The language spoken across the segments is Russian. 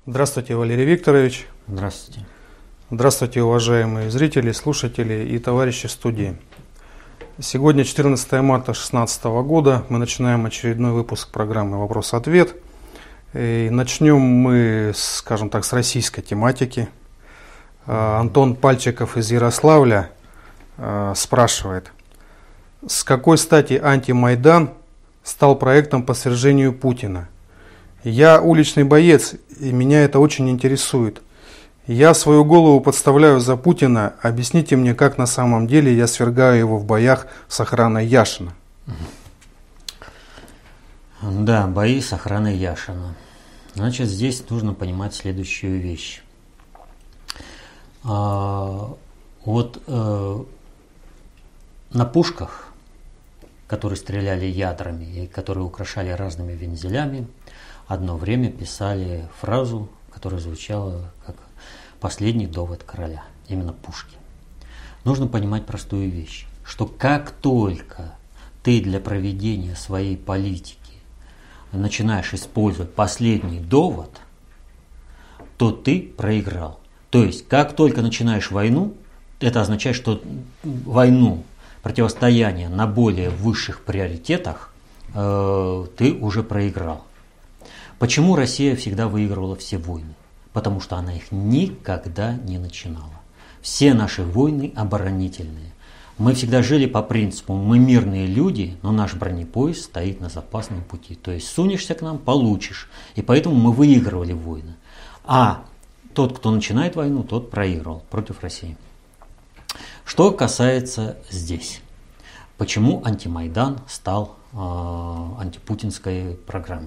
Здравствуйте, Валерий Викторович. Здравствуйте. Здравствуйте, уважаемые зрители, слушатели и товарищи студии. Сегодня 14 марта 2016 года. Мы начинаем очередной выпуск программы «Вопрос-ответ». И начнем мы, скажем так, с российской тематики. Антон Пальчиков из Ярославля спрашивает: с какой стати антимайдан стал проектом по свержению Путина? Я уличный боец, и меня это очень интересует. Я свою голову подставляю за Путина. Объясните мне, как на самом деле я свергаю его в боях с охраной Яшина. Да, бои с охраной Яшина. Значит, здесь нужно понимать следующую вещь. На пушках, которые стреляли ядрами и которые украшали разными вензелями, одно время писали фразу, которая звучала как «последний довод короля». Именно пушки. Нужно понимать простую вещь, что как только ты для проведения своей политики начинаешь использовать последний довод, то ты проиграл. То есть, как только начинаешь войну, это означает, что войну, противостояние на более высших приоритетах ты уже проиграл. Почему Россия всегда выигрывала все войны? Потому что она их никогда не начинала. Все наши войны оборонительные. Мы всегда жили по принципу: мы мирные люди, но наш бронепоезд стоит на запасном пути. То есть сунешься к нам — получишь. И поэтому мы выигрывали войны. А тот, кто начинает войну, тот проигрывал против России. Что касается здесь. Почему антимайдан стал антипутинской программой?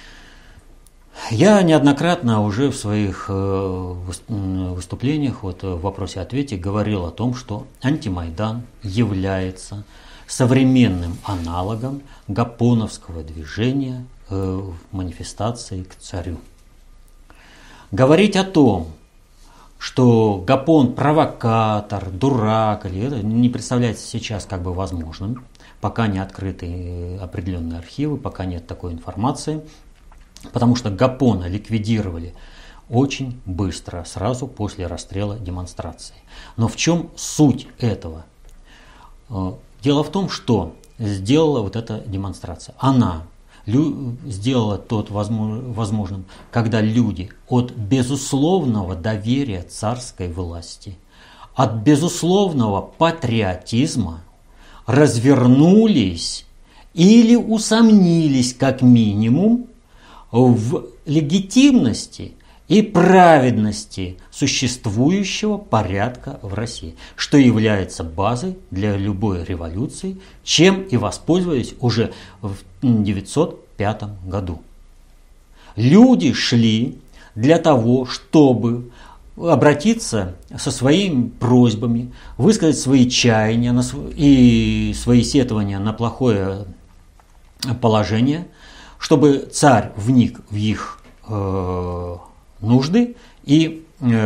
Я неоднократно уже в своих выступлениях в вопросе-ответе говорил о том, что антимайдан является современным аналогом гапоновского движения в манифестации к царю. Говорить о том, что Гапон провокатор, дурак, или это не представляется сейчас как бы возможным, пока не открыты определенные архивы, пока нет такой информации. Потому что Гапона ликвидировали очень быстро, сразу после расстрела демонстрации. Но в чем суть этого? Дело в том, что сделала вот эта демонстрация. Она сделала тот возможным, когда люди от безусловного доверия царской власти, от безусловного патриотизма развернулись или усомнились как минимум в легитимности и праведности существующего порядка в России, что является базой для любой революции, чем и воспользовались уже в 1905 году. Люди шли для того, чтобы обратиться со своими просьбами, высказать свои чаяния и свои сетования на плохое положение, чтобы царь вник в их нужды и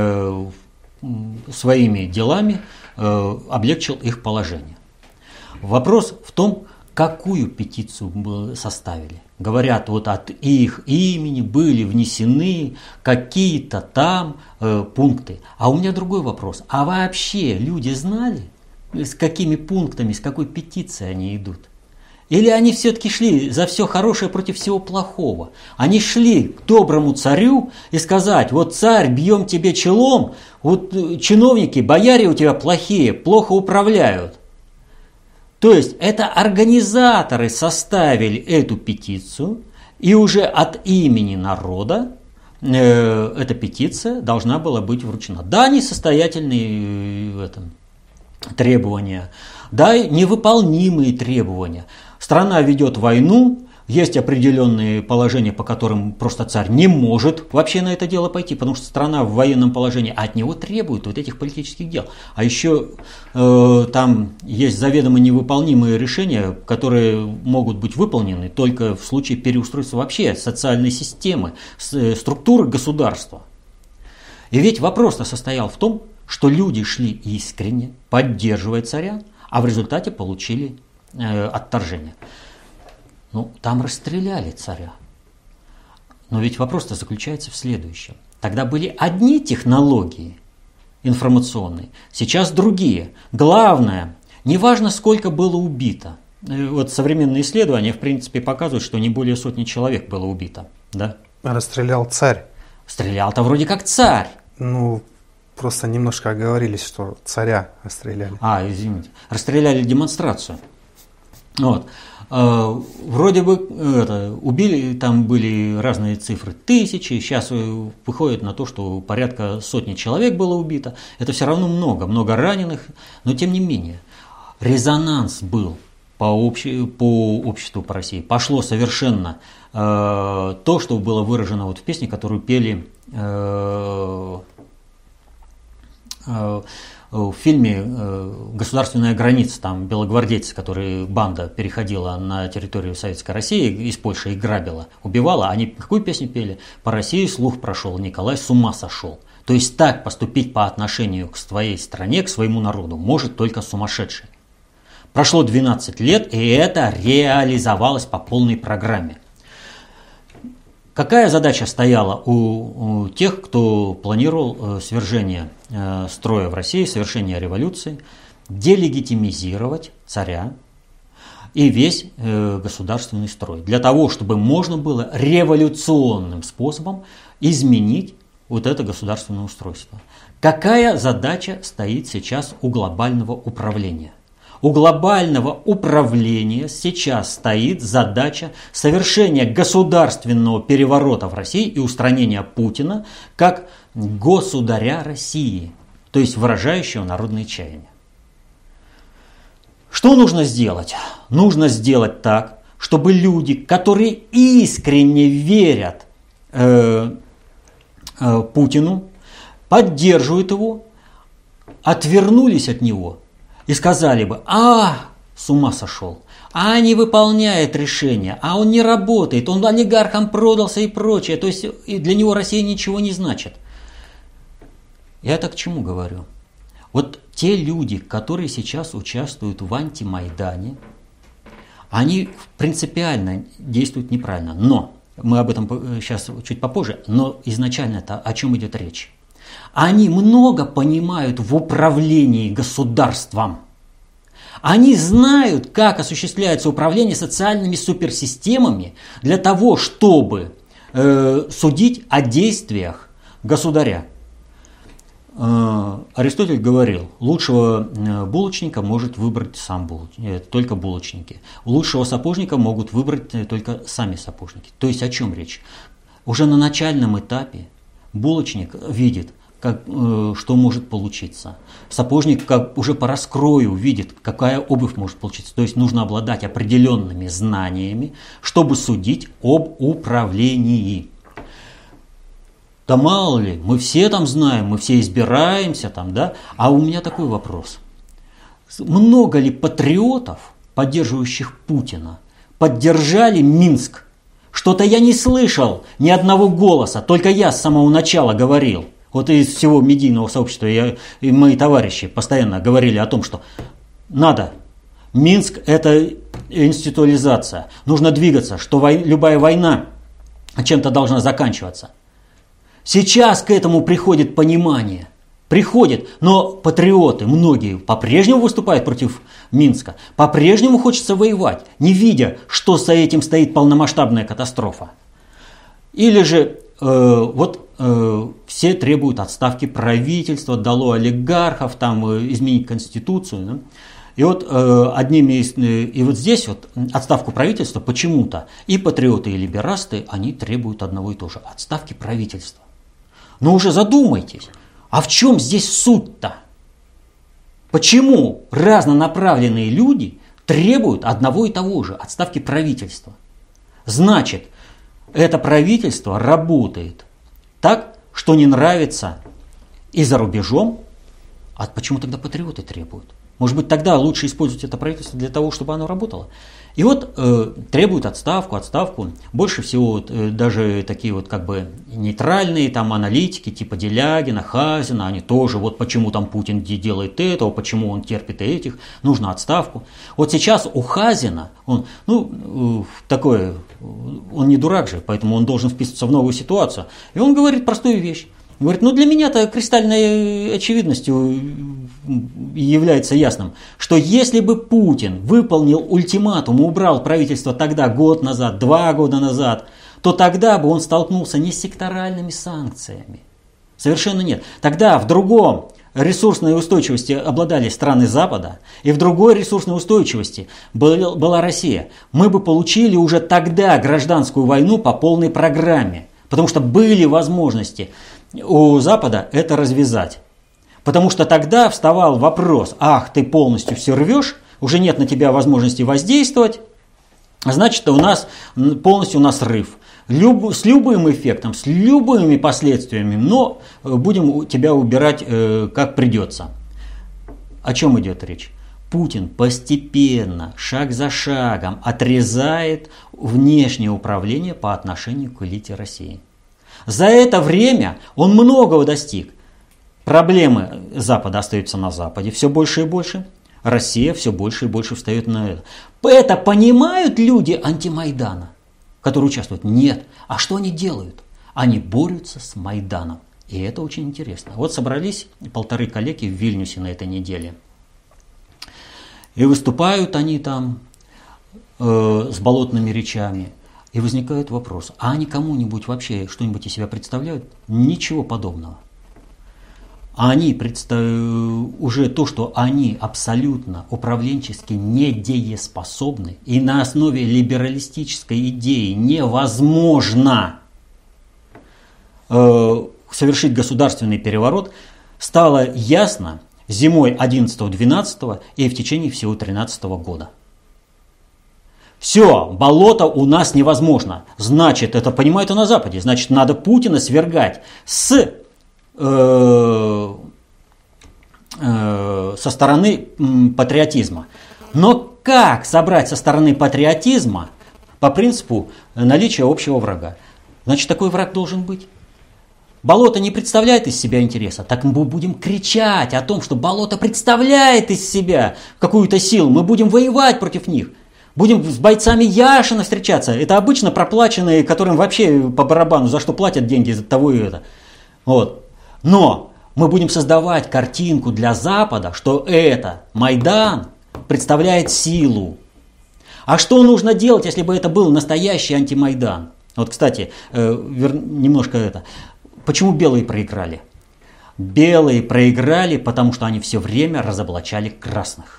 своими делами облегчил их положение. Вопрос в том, какую петицию составили. Говорят, вот от их имени были внесены какие-то там пункты. А у меня другой вопрос. А вообще люди знали, с какими пунктами, с какой петицией они идут? Или они все-таки шли за все хорошее против всего плохого? Они шли к доброму царю и сказать: вот царь, бьем тебе челом, вот чиновники, бояре у тебя плохие, плохо управляют. То есть это организаторы составили эту петицию, и уже от имени народа эта петиция должна была быть вручена. Да, несостоятельные в этом требования, да, невыполнимые требования. Страна ведет войну, есть определенные положения, по которым просто царь не может вообще на это дело пойти, потому что страна в военном положении, а от него требуют вот этих политических дел. А еще там есть заведомо невыполнимые решения, которые могут быть выполнены только в случае переустройства вообще социальной системы, структуры государства. И ведь вопрос-то состоял в том, что люди шли искренне, поддерживая царя, а в результате получили отторжение. Ну, там расстреляли царя. Но ведь вопрос-то заключается в следующем. Тогда были одни технологии информационные, сейчас другие. Главное, неважно, сколько было убито. Вот современные исследования, в принципе, показывают, что не более сотни человек было убито. Да? Расстрелял царь. Стрелял-то вроде как царь. Ну, просто немножко оговорились, что царя расстреляли. Извините. Расстреляли демонстрацию. Вот. Вроде бы убили, там были разные цифры, тысячи, сейчас выходит на то, что порядка сотни человек было убито. Это все равно много раненых, но тем не менее резонанс был по обществу, по России. Пошло совершенно то, что было выражено вот в песне, которую пели в фильме «Государственная граница», там белогвардейцы, которые банда переходила на территорию Советской России, из Польши и грабила, убивала, они какую песню пели? «По России слух прошел, Николай с ума сошел». То есть так поступить по отношению к своей стране, к своему народу может только сумасшедший. Прошло 12 лет, и это реализовалось по полной программе. Какая задача стояла у тех, кто планировал свержение строя в России, совершение революции? Делегитимизировать царя и весь государственный строй. Для того, чтобы можно было революционным способом изменить вот это государственное устройство. Какая задача стоит сейчас у глобального управления? У глобального управления сейчас стоит задача совершения государственного переворота в России и устранения Путина как государя России, то есть выражающего народные чаяния. Что нужно сделать? Нужно сделать так, чтобы люди, которые искренне верят Путину, поддерживают его, отвернулись от него и сказали бы: с ума сошел, не выполняет решения, он не работает, он олигархам продался и прочее, то есть для него Россия ничего не значит. Я это к чему говорю? Вот те люди, которые сейчас участвуют в антимайдане, они принципиально действуют неправильно, но мы об этом сейчас чуть попозже, но изначально-то о чем идет речь? Они много понимают в управлении государством. Они знают, как осуществляется управление социальными суперсистемами для того, чтобы судить о действиях государя. Аристотель говорил, лучшего булочника может выбрать сам булочник, только булочники. Лучшего сапожника могут выбрать только сами сапожники. То есть о чем речь? Уже на начальном этапе булочник видит, что может получиться. Сапожник уже по раскрою видит, какая обувь может получиться. То есть нужно обладать определенными знаниями, чтобы судить об управлении. Да мало ли, мы все там знаем, мы все избираемся там, да? А у меня такой вопрос. Много ли патриотов, поддерживающих Путина, поддержали Минск? Что-то я не слышал ни одного голоса, только я с самого начала говорил. Вот из всего медийного сообщества и мои товарищи постоянно говорили о том, что надо. Минск – это институализация. Нужно двигаться, что любая война чем-то должна заканчиваться. Сейчас к этому приходит понимание. Приходит, но патриоты, многие, по-прежнему выступают против Минска. По-прежнему хочется воевать, не видя, что за этим стоит полномасштабная катастрофа. Или же все требуют отставки правительства, дало олигархов, изменить конституцию. Да? И и вот здесь отставку правительства почему-то и патриоты, и либерасты, они требуют одного и того же – отставки правительства. Но уже задумайтесь, а в чем здесь суть-то? Почему разнонаправленные люди требуют одного и того же – отставки правительства? Значит, это правительство работает так, что не нравится и за рубежом. А почему тогда патриоты требуют? Может быть, тогда лучше использовать это правительство для того, чтобы оно работало? И вот требуют отставку. Больше всего даже такие вот как бы нейтральные там аналитики типа Делягина, Хазина, они тоже вот почему там Путин делает этого, почему он терпит этих, нужно отставку. Вот сейчас у Хазина, он такой, он не дурак же, поэтому он должен вписываться в новую ситуацию. И он говорит простую вещь. Говорит, для меня-то кристальной очевидностью является ясным, что если бы Путин выполнил ультиматум, убрал правительство тогда, год назад, 2 года назад, то тогда бы он столкнулся не с секторальными санкциями. Совершенно нет. Тогда в другом ресурсной устойчивости обладали страны Запада, и в другой ресурсной устойчивости была Россия. Мы бы получили уже тогда гражданскую войну по полной программе, потому что были возможности у Запада это развязать. Потому что тогда вставал вопрос, ты полностью все рвешь, уже нет на тебя возможности воздействовать, значит, у нас полностью срыв. С любым эффектом, с любыми последствиями, но будем тебя убирать как придется. О чем идет речь? Путин постепенно, шаг за шагом отрезает внешнее управление по отношению к элите России. За это время он многого достиг. Проблемы Запада остаются на Западе все больше и больше. Россия все больше и больше встает на это. Это понимают люди антимайдана, которые участвуют? Нет. А что они делают? Они борются с Майданом. И это очень интересно. Вот собрались 1,5 коллеги в Вильнюсе на этой неделе. И выступают они там с болотными речами. И возникает вопрос, а они кому-нибудь вообще что-нибудь из себя представляют? Ничего подобного. Они уже то, что они абсолютно управленчески недееспособны, и на основе либералистической идеи невозможно совершить государственный переворот, стало ясно зимой 11-12 и в течение всего 13 года. Все, болото у нас невозможно. Значит, это понимают и на Западе. Значит, надо Путина свергать со стороны патриотизма. Но как собрать со стороны патриотизма по принципу наличия общего врага? Значит, такой враг должен быть. Болото не представляет из себя интереса, так мы будем кричать о том, что болото представляет из себя какую-то силу. Мы будем воевать против них. Будем с бойцами Яшина встречаться. Это обычно проплаченные, которым вообще по барабану, за что платят деньги, за того и это. Вот. Но мы будем создавать картинку для Запада, что это Майдан представляет силу. А что нужно делать, если бы это был настоящий антимайдан? Вот, кстати, немножко это. Почему белые проиграли? Белые проиграли, потому что они все время разоблачали красных.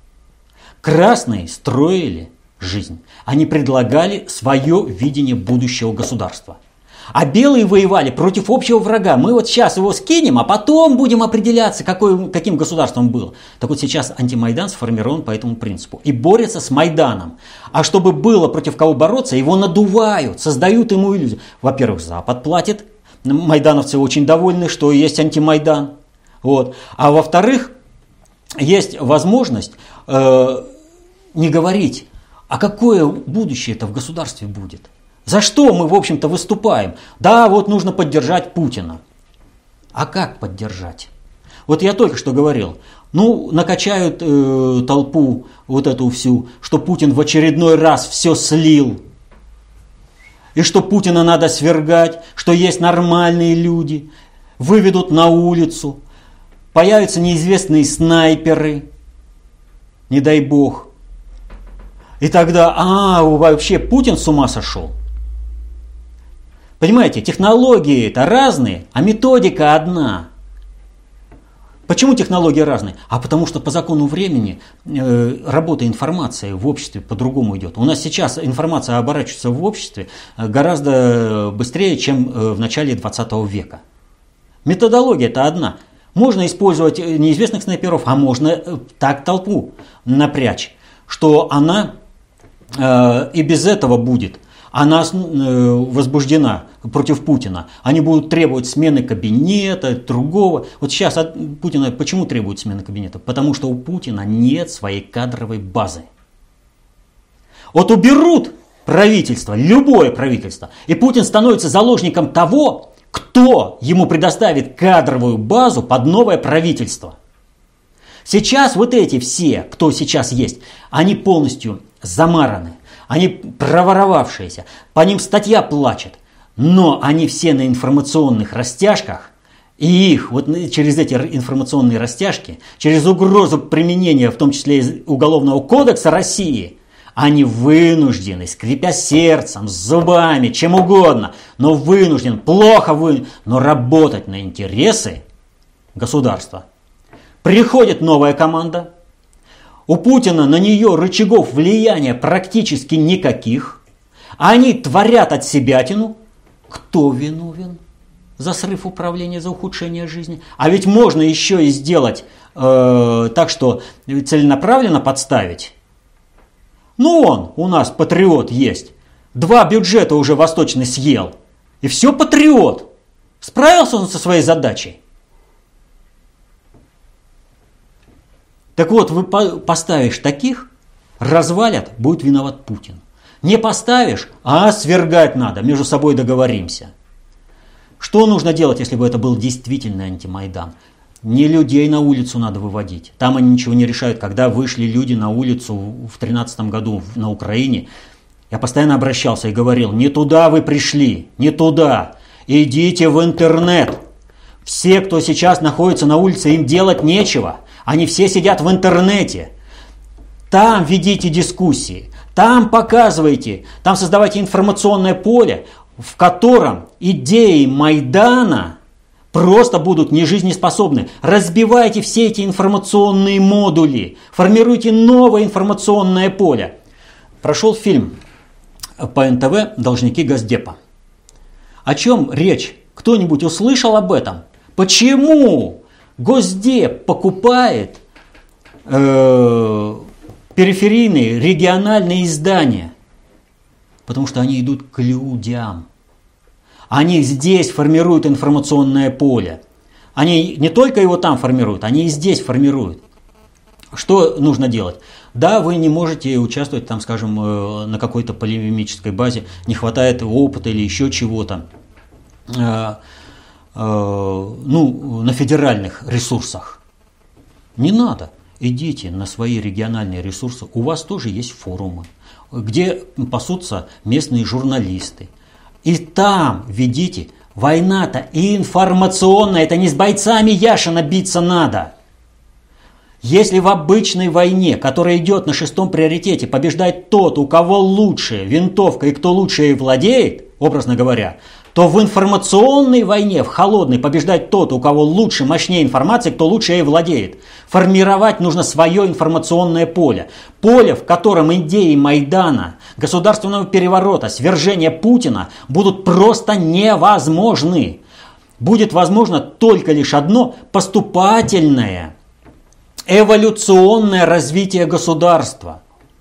Красные строили жизнь. Они предлагали свое видение будущего государства. А белые воевали против общего врага. Мы вот сейчас его скинем, а потом будем определяться, каким государством было. Так вот сейчас антимайдан сформирован по этому принципу. И борется с Майданом. А чтобы было против кого бороться, его надувают, создают ему иллюзию. Во-первых, Запад платит. Майдановцы очень довольны, что есть антимайдан. Вот. А во-вторых, есть возможность не говорить, а какое будущее это в государстве будет. За что мы, в общем-то, выступаем? Да, вот нужно поддержать Путина. А как поддержать? Вот я только что говорил, накачают толпу вот эту всю, что Путин в очередной раз все слил. И что Путина надо свергать, что есть нормальные люди, выведут на улицу, появятся неизвестные снайперы, не дай бог. И тогда, вообще Путин с ума сошел. Понимаете, технологии-то разные, а методика одна. Почему технологии разные? А потому что по закону времени работа информации в обществе по-другому идет. У нас сейчас информация оборачивается в обществе гораздо быстрее, чем в начале 20 века. Методология-то одна. Можно использовать неизвестных снайперов, а можно так толпу напрячь, что она и без этого будет. Она возбуждена против Путина. Они будут требовать смены кабинета, другого. Вот сейчас от Путина почему требуют смены кабинета? Потому что у Путина нет своей кадровой базы. Вот уберут правительство, любое правительство, и Путин становится заложником того, кто ему предоставит кадровую базу под новое правительство. Сейчас вот эти все, кто сейчас есть, они полностью замараны, они проворовавшиеся, по ним статья плачет, но они все на информационных растяжках, и их вот через эти информационные растяжки, через угрозу применения, в том числе из Уголовного кодекса России, они вынуждены, скрипя сердцем, зубами, чем угодно, но вынуждены, но работать на интересы государства. Приходит новая команда, у Путина на нее рычагов влияния практически никаких, они творят отсебятину. Кто виновен за срыв управления, за ухудшение жизни? А ведь можно еще и сделать так, что целенаправленно подставить. Ну он у нас патриот есть, 2 бюджета уже Восточный съел, и все патриот. Справился он со своей задачей. Так вот, вы поставишь таких, развалят, будет виноват Путин. Не поставишь, а свергать надо, между собой договоримся. Что нужно делать, если бы это был действительно антимайдан? Не людей на улицу надо выводить. Там они ничего не решают. Когда вышли люди на улицу в 2013 году на Украине, я постоянно обращался и говорил: не туда вы пришли, не туда. Идите в интернет. Все, кто сейчас находится на улице, им делать нечего. Они все сидят в интернете. Там ведите дискуссии, там показывайте, там создавайте информационное поле, в котором идеи Майдана просто будут нежизнеспособны. Разбивайте все эти информационные модули, формируйте новое информационное поле. Прошел фильм по НТВ «Должники Госдепа». О чем речь? Кто-нибудь услышал об этом? Почему Госдеп покупает периферийные региональные издания? Потому что они идут к людям. Они здесь формируют информационное поле. Они не только его там формируют, они и здесь формируют. Что нужно делать? Да, вы не можете участвовать, там, скажем, на какой-то полемической базе, не хватает опыта или еще чего-то. На федеральных ресурсах. Не надо. Идите на свои региональные ресурсы. У вас тоже есть форумы, где пасутся местные журналисты. И там ведите. Война-то информационная. Это не с бойцами Яшина биться надо. Если в обычной войне, которая идет на 6-м приоритете, побеждает тот, у кого лучше винтовка и кто лучше ей владеет, образно говоря, то в информационной войне, в холодной, побеждает тот, у кого лучше, мощнее информация, кто лучше ей владеет. Формировать нужно свое информационное поле. Поле, в котором идеи Майдана, государственного переворота, свержения Путина будут просто невозможны. Будет возможно только лишь одно – поступательное, эволюционное развитие государства.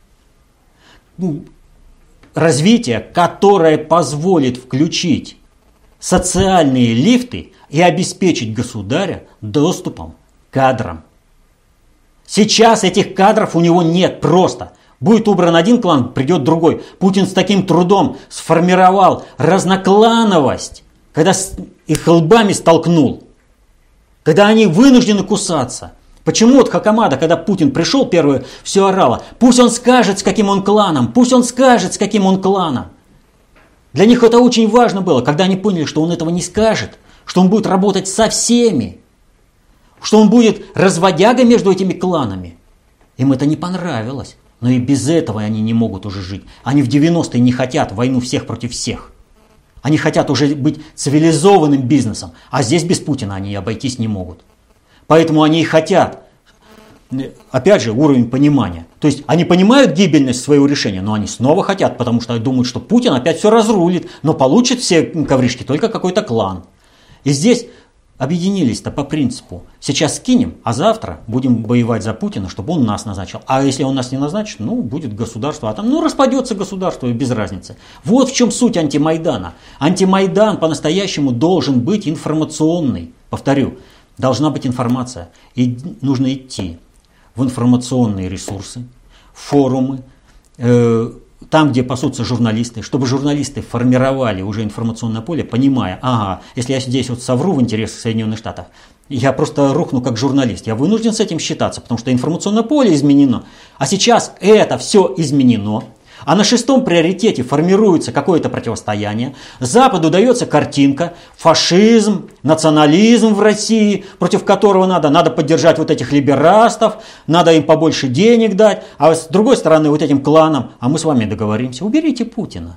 Развитие, которое позволит включить социальные лифты и обеспечить государя доступом к кадрам. Сейчас этих кадров у него нет просто. Будет убран один клан, придет другой. Путин с таким трудом сформировал разноклановость, когда их лбами столкнул, когда они вынуждены кусаться. Почему вот Хакамада, когда Путин пришел, первое все орало: пусть он скажет, с каким он кланом, пусть он скажет, с каким он кланом. Для них это очень важно было, когда они поняли, что он этого не скажет, что он будет работать со всеми, что он будет разводяга между этими кланами. Им это не понравилось, но и без этого они не могут уже жить. Они в 90-е не хотят войну всех против всех. Они хотят уже быть цивилизованным бизнесом, а здесь без Путина они обойтись не могут. Поэтому они и хотят, опять же, уровень понимания. То есть они понимают гибельность своего решения, но они снова хотят, потому что думают, что Путин опять все разрулит, но получит все ковришки только какой-то клан. И здесь объединились-то по принципу: сейчас скинем, а завтра будем воевать за Путина, чтобы он нас назначил. А если он нас не назначит, будет государство, а там, распадется государство, и без разницы. Вот в чем суть антимайдана. Антимайдан по-настоящему должен быть информационный. Повторю. Должна быть информация, и нужно идти в информационные ресурсы, форумы, там, где пасутся журналисты, чтобы журналисты формировали уже информационное поле, понимая, ага, если я здесь вот совру в интересах Соединенных Штатов, я просто рухну как журналист. Я вынужден с этим считаться, потому что информационное поле изменено. А сейчас это все изменено. А на 6-м приоритете формируется какое-то противостояние. Западу дается картинка, фашизм, национализм в России, против которого надо поддержать вот этих либерастов, надо им побольше денег дать, а с другой стороны вот этим кланам, а мы с вами договоримся, уберите Путина.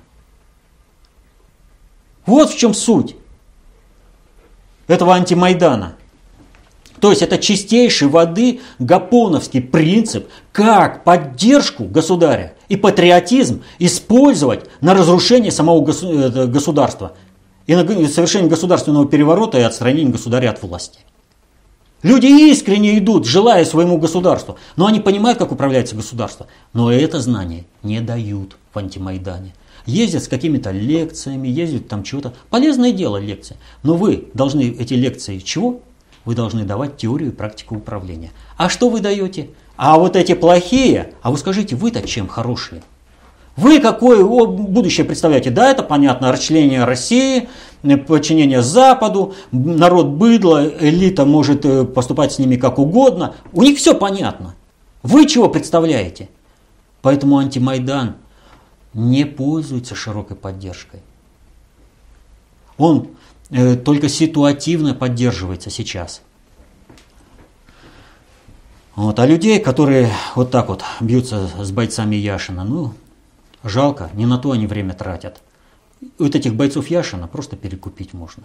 Вот в чем суть этого антимайдана. То есть это чистейшей воды гапоновский принцип, как поддержку государя и патриотизм использовать на разрушение самого государства и на совершение государственного переворота и отстранение государя от власти. Люди искренне идут, желая своему государству, но они понимают, как управляется государство, но это знание не дают в антимайдане. Ездят с какими-то лекциями, ездят там чего-то. Полезное дело лекции, но вы должны эти лекции чего? Вы должны давать теорию и практику управления. А что вы даете? А вот эти плохие, а вы скажите, вы-то чем хорошие? Вы какое будущее представляете? Да, это понятно, расчленение России, подчинение Западу, народ быдло, элита может поступать с ними как угодно. У них все понятно. Вы чего представляете? Поэтому антимайдан не пользуется широкой поддержкой. Он только ситуативно поддерживается сейчас. Вот. А людей, которые вот так вот бьются с бойцами Яшина, жалко, не на то они время тратят. Вот этих бойцов Яшина просто перекупить можно.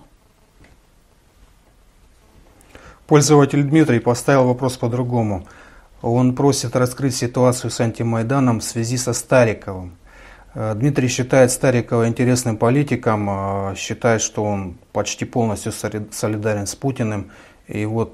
Пользователь Дмитрий поставил вопрос по-другому. Он просит раскрыть ситуацию с антимайданом в связи со Стариковым. Дмитрий считает Старикова интересным политиком, считает, что он почти полностью солидарен с Путиным. И вот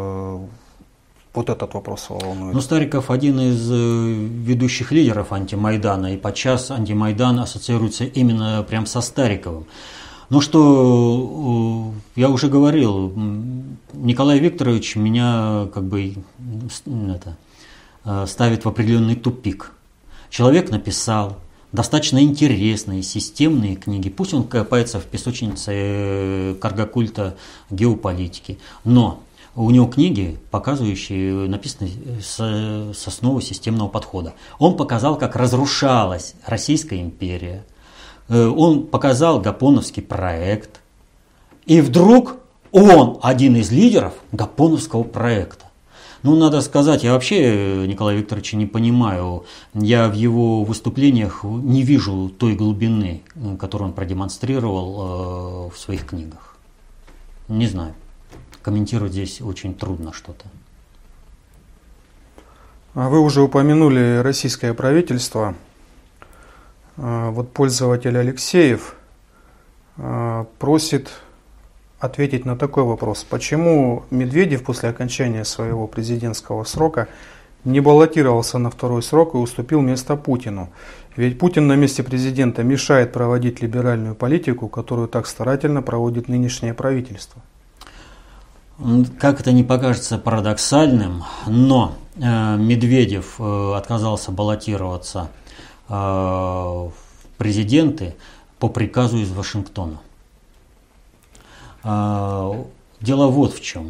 этот вопрос его волнует. Но Стариков один из ведущих лидеров антимайдана, и подчас антимайдан ассоциируется именно прям со Стариковым. Ну что, я уже говорил, Николай Викторович меня ставит в определенный тупик. Человек написал достаточно интересные, системные книги. Пусть он копается в песочнице каргокульта геополитики, но у него книги, показывающие, написаны с основы системного подхода. Он показал, как разрушалась Российская империя. Он показал гапоновский проект. И вдруг он один из лидеров гапоновского проекта. Надо сказать, я вообще Николая Викторовича не понимаю. Я в его выступлениях не вижу той глубины, которую он продемонстрировал в своих книгах. Не знаю. Комментировать здесь очень трудно что-то. Вы уже упомянули российское правительство. Вот пользователь Алексеев просит ответить на такой вопрос. Почему Медведев после окончания своего президентского срока не баллотировался на второй срок и уступил место Путину? Ведь Путин на месте президента мешает проводить либеральную политику, которую так старательно проводит нынешнее правительство. Как это не покажется парадоксальным, но Медведев отказался баллотироваться в президенты по приказу из Вашингтона. Дело вот в чем.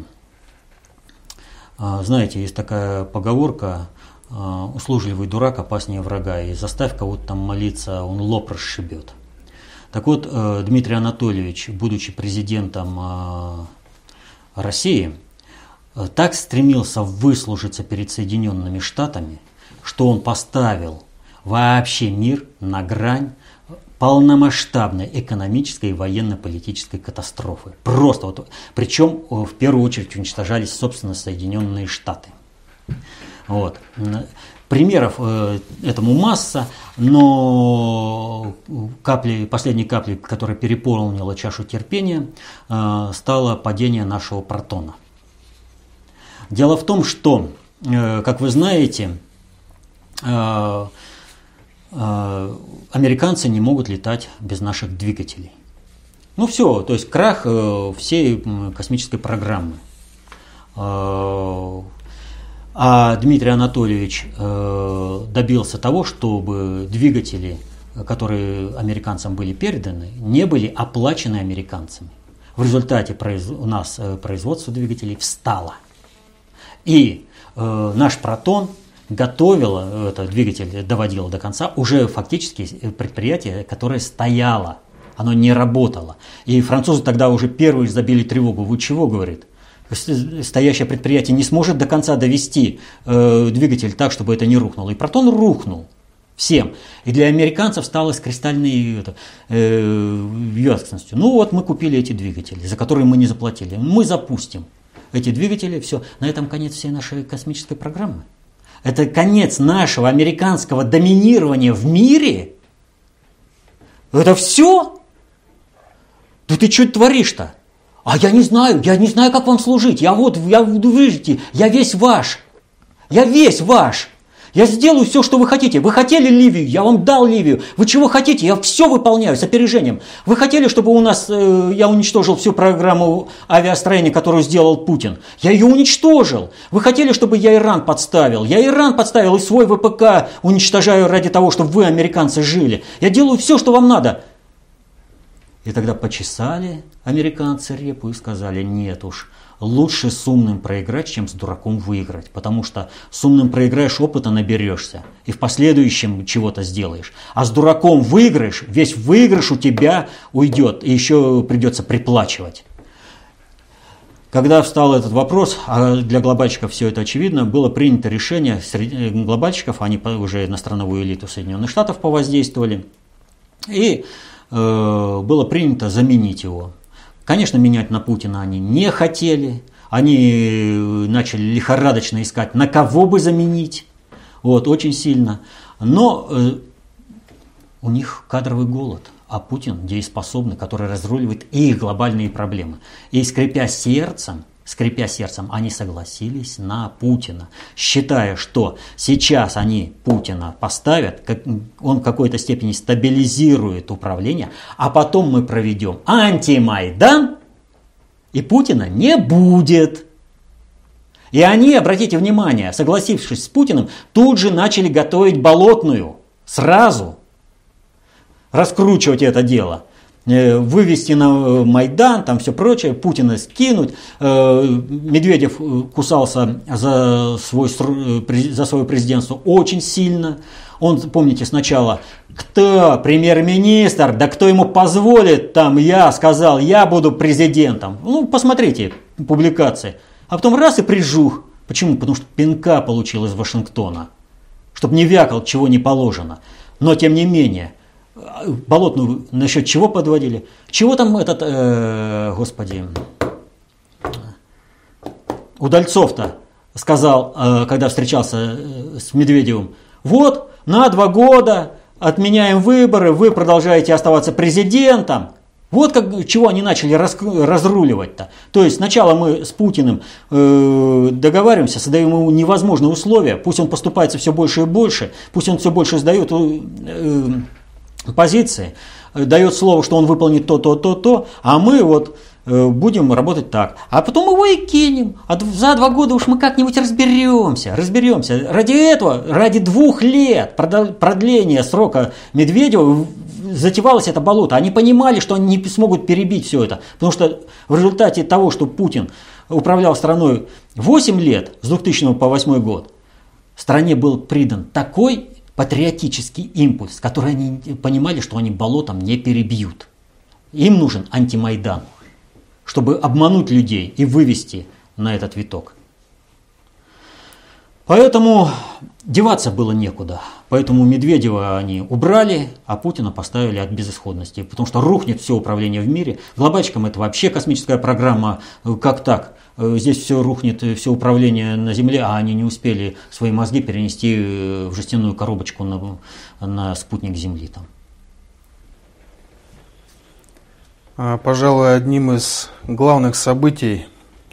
Знаете, есть такая поговорка: услужливый дурак опаснее врага, и заставь кого-то там молиться, он лоб расшибет. Так вот, Дмитрий Анатольевич, будучи президентом России, так стремился выслужиться перед Соединенными Штатами, что он поставил вообще мир на грань полномасштабной экономической и военно-политической катастрофы. Просто вот, причем в первую очередь уничтожались, собственно, Соединенные Штаты. Вот. Примеров этому масса, но последней каплей, которая переполнила чашу терпения, стало падение нашего протона. Дело в том, что, как вы знаете, американцы не могут летать без наших двигателей. Все, то есть крах всей космической программы. А Дмитрий Анатольевич добился того, чтобы двигатели, которые американцам были переданы, не были оплачены американцами. В результате у нас производство двигателей встало. И наш «Протон» готовил этот двигатель, доводил до конца уже фактически предприятие, которое стояло, оно не работало. И французы тогда уже первые забили тревогу. Вы чего, говорит? Стоящее предприятие не сможет до конца довести двигатель так, чтобы это не рухнуло. И «Протон» рухнул всем. И для американцев стало с кристальной ясностью. Ну вот мы купили эти двигатели, за которые мы не заплатили. Мы запустим эти двигатели, все. На этом конец всей нашей космической программы. Это конец нашего американского доминирования в мире. Это все? Да ты что творишь-то? А я не знаю, как вам служить. Видите, я весь ваш. Я сделаю все, что вы хотите. Вы хотели Ливию, я вам дал Ливию. Вы чего хотите, я все выполняю с опережением. Вы хотели, чтобы у нас, я уничтожил всю программу авиастроения, которую сделал Путин. Я ее уничтожил. Вы хотели, чтобы я Иран подставил. Я Иран подставил и свой ВПК уничтожаю ради того, чтобы вы, американцы, жили. Я делаю все, что вам надо. И тогда почесали американцы репу и сказали: нет уж, лучше с умным проиграть, чем с дураком выиграть. Потому что с умным проиграешь, опыта наберешься и в последующем чего-то сделаешь. А с дураком выиграешь, весь выигрыш у тебя уйдет, и еще придется приплачивать. Когда встал этот вопрос, а для глобальщиков все это очевидно, было принято решение среди глобальщиков, они уже на страновую элиту Соединенных Штатов повоздействовали, и было принято заменить его. Конечно, менять на Путина они не хотели. Они начали лихорадочно искать, на кого бы заменить. Вот, очень сильно. Но у них кадровый голод. А Путин дееспособный, который разруливает их глобальные проблемы. И скрипя сердцем, они согласились на Путина, считая, что сейчас они Путина поставят, он в какой-то степени стабилизирует управление, а потом мы проведем антимайдан, и Путина не будет. И они, обратите внимание, согласившись с Путиным, тут же начали готовить Болотную, сразу раскручивать это дело. Вывести на Майдан, там все прочее, Путина скинуть. Медведев кусался за свое президентство очень сильно. Он, помните, сначала, кто премьер-министр, да кто ему позволит, там я сказал, я буду президентом. Ну, посмотрите публикации. А потом раз и прижух. Почему? Потому что пинка получил из Вашингтона, чтобы не вякал, чего не положено. Но, тем не менее, Болотную насчет чего подводили? Чего там Удальцов-то сказал, когда встречался с Медведевым: вот, на 2 года отменяем выборы, вы продолжаете оставаться президентом. Вот чего они начали разруливать-то. То есть сначала мы с Путиным договариваемся, создаем ему невозможные условия, пусть он поступается все больше и больше, пусть он все больше сдает позиции, дает слово, что он выполнит то, а мы вот будем работать так. А потом его и кинем. А за 2 года уж мы как-нибудь разберемся. Ради этого, ради 2 лет продления срока Медведева затевалось это болото. Они понимали, что они не смогут перебить все это. Потому что в результате того, что Путин управлял страной 8 лет, с 2000 по 2008 год, стране был придан такой патриотический импульс, который они понимали, что они болотом не перебьют. Им нужен антимайдан, чтобы обмануть людей и вывести на этот виток. Поэтому деваться было некуда. Поэтому Медведева они убрали, а Путина поставили от безысходности. Потому что рухнет все управление в мире. Глобальщикам это вообще космическая программа. Как так? Здесь все рухнет, все управление на Земле, а они не успели свои мозги перенести в жестяную коробочку на спутник Земли. Там. Пожалуй, одним из главных событий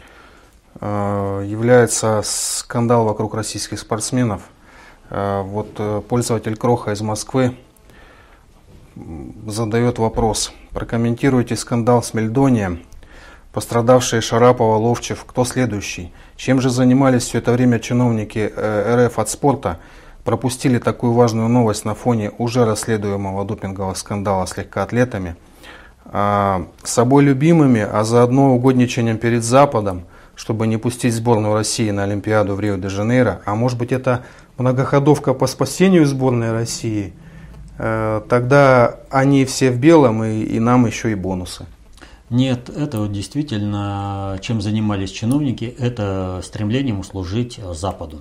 является скандал вокруг российских спортсменов. Вот пользователь Кроха из Москвы задает вопрос: прокомментируйте скандал с Мельдонием. пострадавшие Шарапова, Ловчев, кто следующий? Чем же занимались все это время чиновники РФ от спорта? Пропустили такую важную новость на фоне уже расследуемого допингового скандала с легкоатлетами. Собой любимыми, а заодно угодничанием перед Западом, чтобы не пустить сборную России на Олимпиаду в Рио-де-Жанейро. А может быть, это многоходовка по спасению сборной России? Тогда они все в белом, и нам еще и бонусы. Нет, это вот действительно, чем занимались чиновники, это стремлением услужить Западу.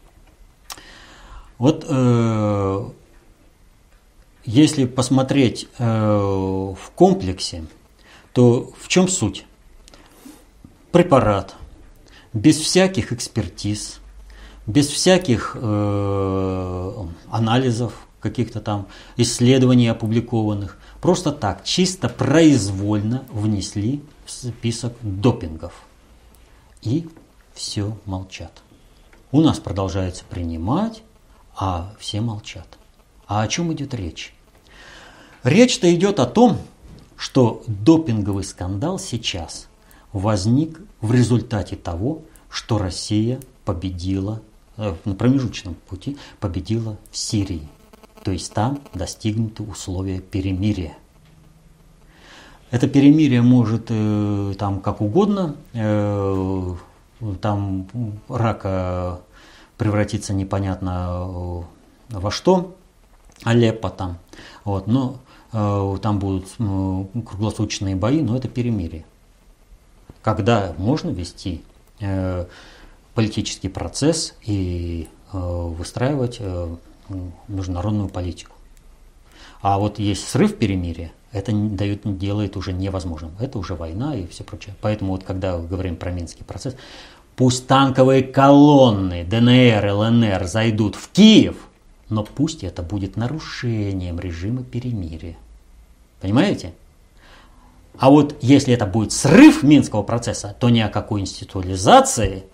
Вот если посмотреть в комплексе, то в чем суть? Препарат без всяких экспертиз, без всяких анализов, каких-то там исследований опубликованных, просто так, чисто произвольно внесли в список допингов. И все молчат. У нас продолжается принимать, а все молчат. А о чем идет речь? Речь-то идет о том, что допинговый скандал сейчас возник в результате того, что Россия победила, на промежуточном пути победила в Сирии. То есть там достигнуты условия перемирия. Это перемирие может там как угодно, там рака превратиться непонятно во что, Алеппо там, вот, но там будут круглосуточные бои, но это перемирие. Когда можно вести политический процесс и выстраивать международную политику. А вот есть срыв перемирия, это делает уже невозможным. Это уже война и все прочее. Поэтому вот когда говорим про Минский процесс, пусть танковые колонны ДНР, ЛНР зайдут в Киев, но пусть это будет нарушением режима перемирия. Понимаете? А вот если это будет срыв Минского процесса, то ни о какой институализации.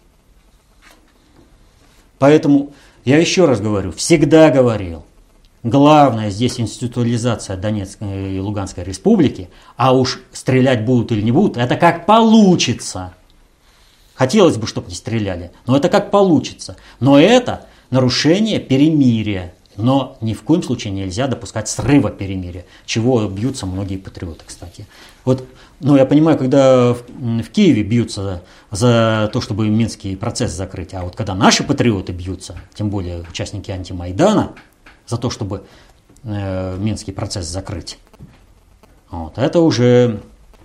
Поэтому я еще раз говорю, всегда говорил, главное здесь институализация Донецкой и Луганской республики, а уж стрелять будут или не будут, это как получится. Хотелось бы, чтобы не стреляли, но это как получится. Но это нарушение перемирия. Но ни в коем случае нельзя допускать срыва перемирия, чего бьются многие патриоты, кстати. Вот, но я понимаю, когда в Киеве бьются за то, чтобы Минский процесс закрыть, а вот когда наши патриоты бьются, тем более участники антимайдана, за то, чтобы Минский процесс закрыть, вот, это уже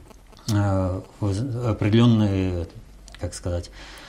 определенные, как сказать,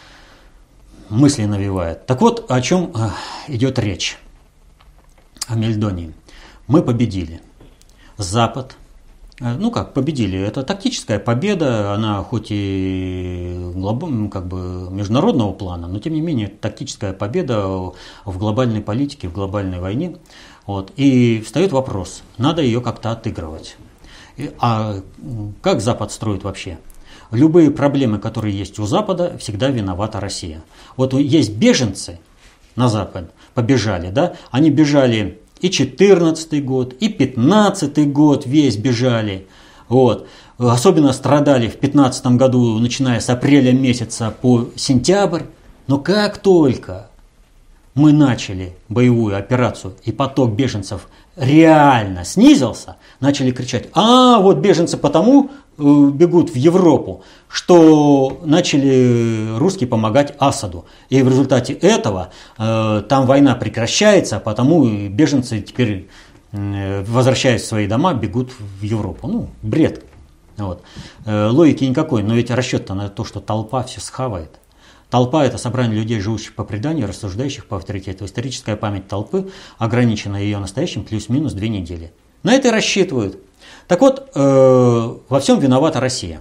мысли навевает. Так вот, о чем идет речь. О Мельдонии. Мы победили. Запад, ну как победили, это тактическая победа, она хоть и как бы международного плана, но тем не менее тактическая победа в глобальной политике, в глобальной войне. Вот. И встает вопрос, надо ее как-то отыгрывать. А как Запад строит вообще? Любые проблемы, которые есть у Запада, всегда виновата Россия. Вот есть беженцы на Запад, побежали, да, они бежали и 14-й год, и 15-й год весь бежали, вот, особенно страдали в 15-м году, начиная с апреля месяца по сентябрь, но как только мы начали боевую операцию и поток беженцев реально снизился, начали кричать, вот беженцы потому бегут в Европу, что начали русские помогать Асаду. И в результате этого там война прекращается, а потому беженцы теперь, возвращаясь в свои дома, бегут в Европу. Ну, бред. Вот. Логики никакой, но ведь расчет-то на то, что толпа все схавает. Толпа – это собрание людей, живущих по преданию, рассуждающих по авторитету. Историческая память толпы ограничена ее настоящим плюс-минус 2 недели. На это и рассчитывают. Так вот, во всем виновата Россия.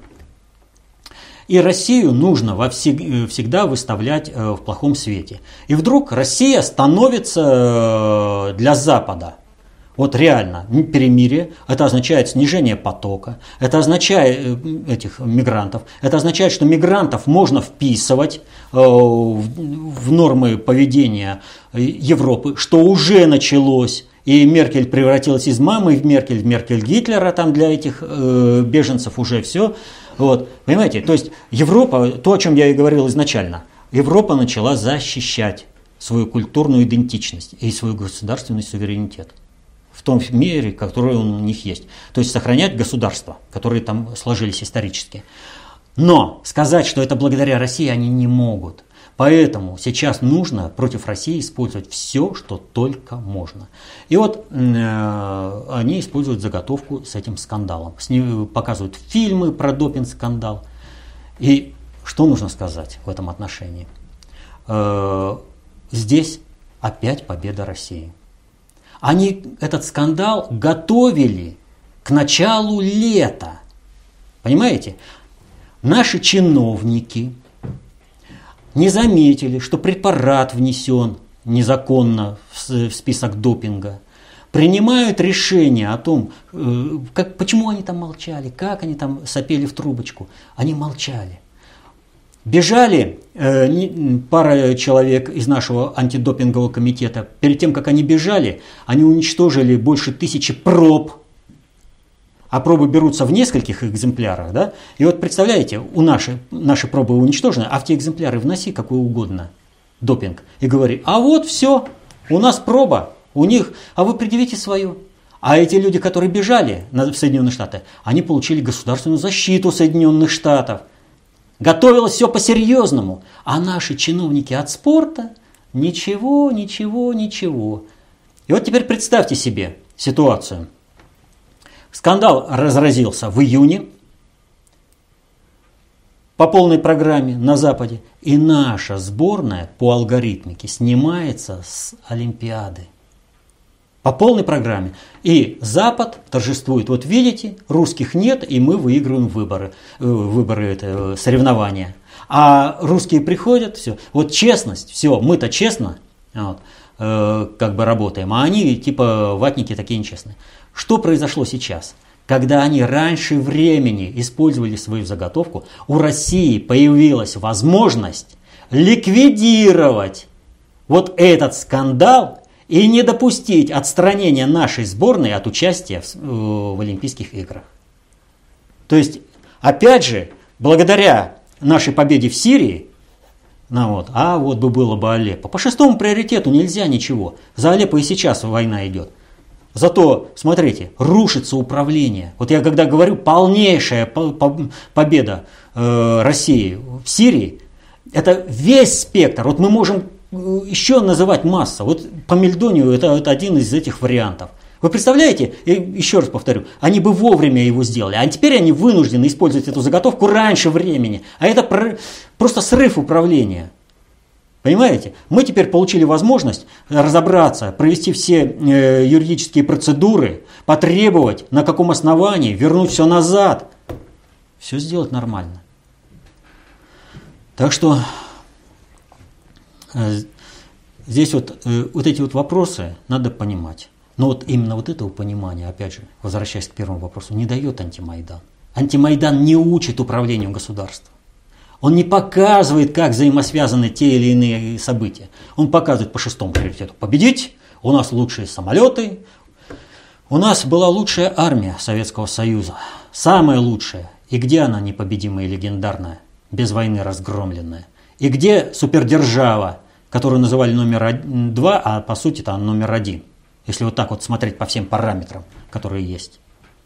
И Россию нужно всегда выставлять в плохом свете. И вдруг Россия становится для Запада, вот реально, перемирие, это означает снижение потока, это означает этих мигрантов, это означает, что мигрантов можно вписывать в нормы поведения Европы, что уже началось. И Меркель превратилась из мамы в Меркель Гитлера там для этих беженцев уже все. Вот, понимаете, то есть Европа, то, о чем я и говорил изначально, Европа начала защищать свою культурную идентичность и свой государственный суверенитет в том мере, который у них есть. То есть сохранять государства, которые там сложились исторически. Но сказать, что это благодаря России, они не могут. Поэтому сейчас нужно против России использовать все, что только можно. И вот они используют заготовку с этим скандалом. С ним показывают фильмы про допинг-скандал. И что нужно сказать в этом отношении? Здесь опять победа России. Они этот скандал готовили к началу лета. Понимаете? Наши чиновники не заметили, что препарат внесен незаконно в список допинга. Принимают решение о том, почему они там молчали, как они там сопели в трубочку. Они молчали. Бежали пара человек из нашего антидопингового комитета. Перед тем, как они бежали, они уничтожили больше 1000 проб. А пробы берутся в нескольких экземплярах, да? И вот представляете, наши пробы уничтожены, а в те экземпляры вноси какой угодно допинг. И говори, а вот все, у нас проба, у них, а вы предъявите свою. А эти люди, которые бежали в Соединенные Штаты, они получили государственную защиту Соединенных Штатов. Готовилось все по-серьезному. А наши чиновники от спорта ничего. И вот теперь представьте себе ситуацию. Скандал разразился в июне по полной программе на Западе. И наша сборная по алгоритмике снимается с Олимпиады. По полной программе. И Запад торжествует. Вот видите, русских нет, и мы выигрываем выборы это, соревнования. А русские приходят, все. Вот честность, все, мы-то честно вот, как бы работаем, а они типа ватники такие нечестные. Что произошло сейчас? Когда они раньше времени использовали свою заготовку, у России появилась возможность ликвидировать вот этот скандал и не допустить отстранения нашей сборной от участия в Олимпийских играх. То есть, опять же, благодаря нашей победе в Сирии, вот бы было бы Алеппо. По 6-му приоритету нельзя ничего. За Алеппо и сейчас война идет. Зато, смотрите, рушится управление. Вот я когда говорю, полнейшая победа России в Сирии, это весь спектр. Вот мы можем еще называть масса. Вот по Мельдонию это один из этих вариантов. Вы представляете, еще раз повторю, они бы вовремя его сделали, а теперь они вынуждены использовать эту заготовку раньше времени. А это просто срыв управления. Понимаете? Мы теперь получили возможность разобраться, провести все юридические процедуры, потребовать, на каком основании, вернуть все назад. Все сделать нормально. Так что здесь вот эти вот вопросы надо понимать. Но вот именно вот этого понимания, опять же, возвращаясь к первому вопросу, не дает антимайдан. Антимайдан не учит управлению государством. Он не показывает, как взаимосвязаны те или иные события. Он показывает по 6-му приоритету победить, у нас лучшие самолеты, у нас была лучшая армия Советского Союза, самая лучшая. И где она непобедимая и легендарная, без войны разгромленная? И где супердержава, которую называли номер 2, а по сути это номер 1, если вот так вот смотреть по всем параметрам, которые есть.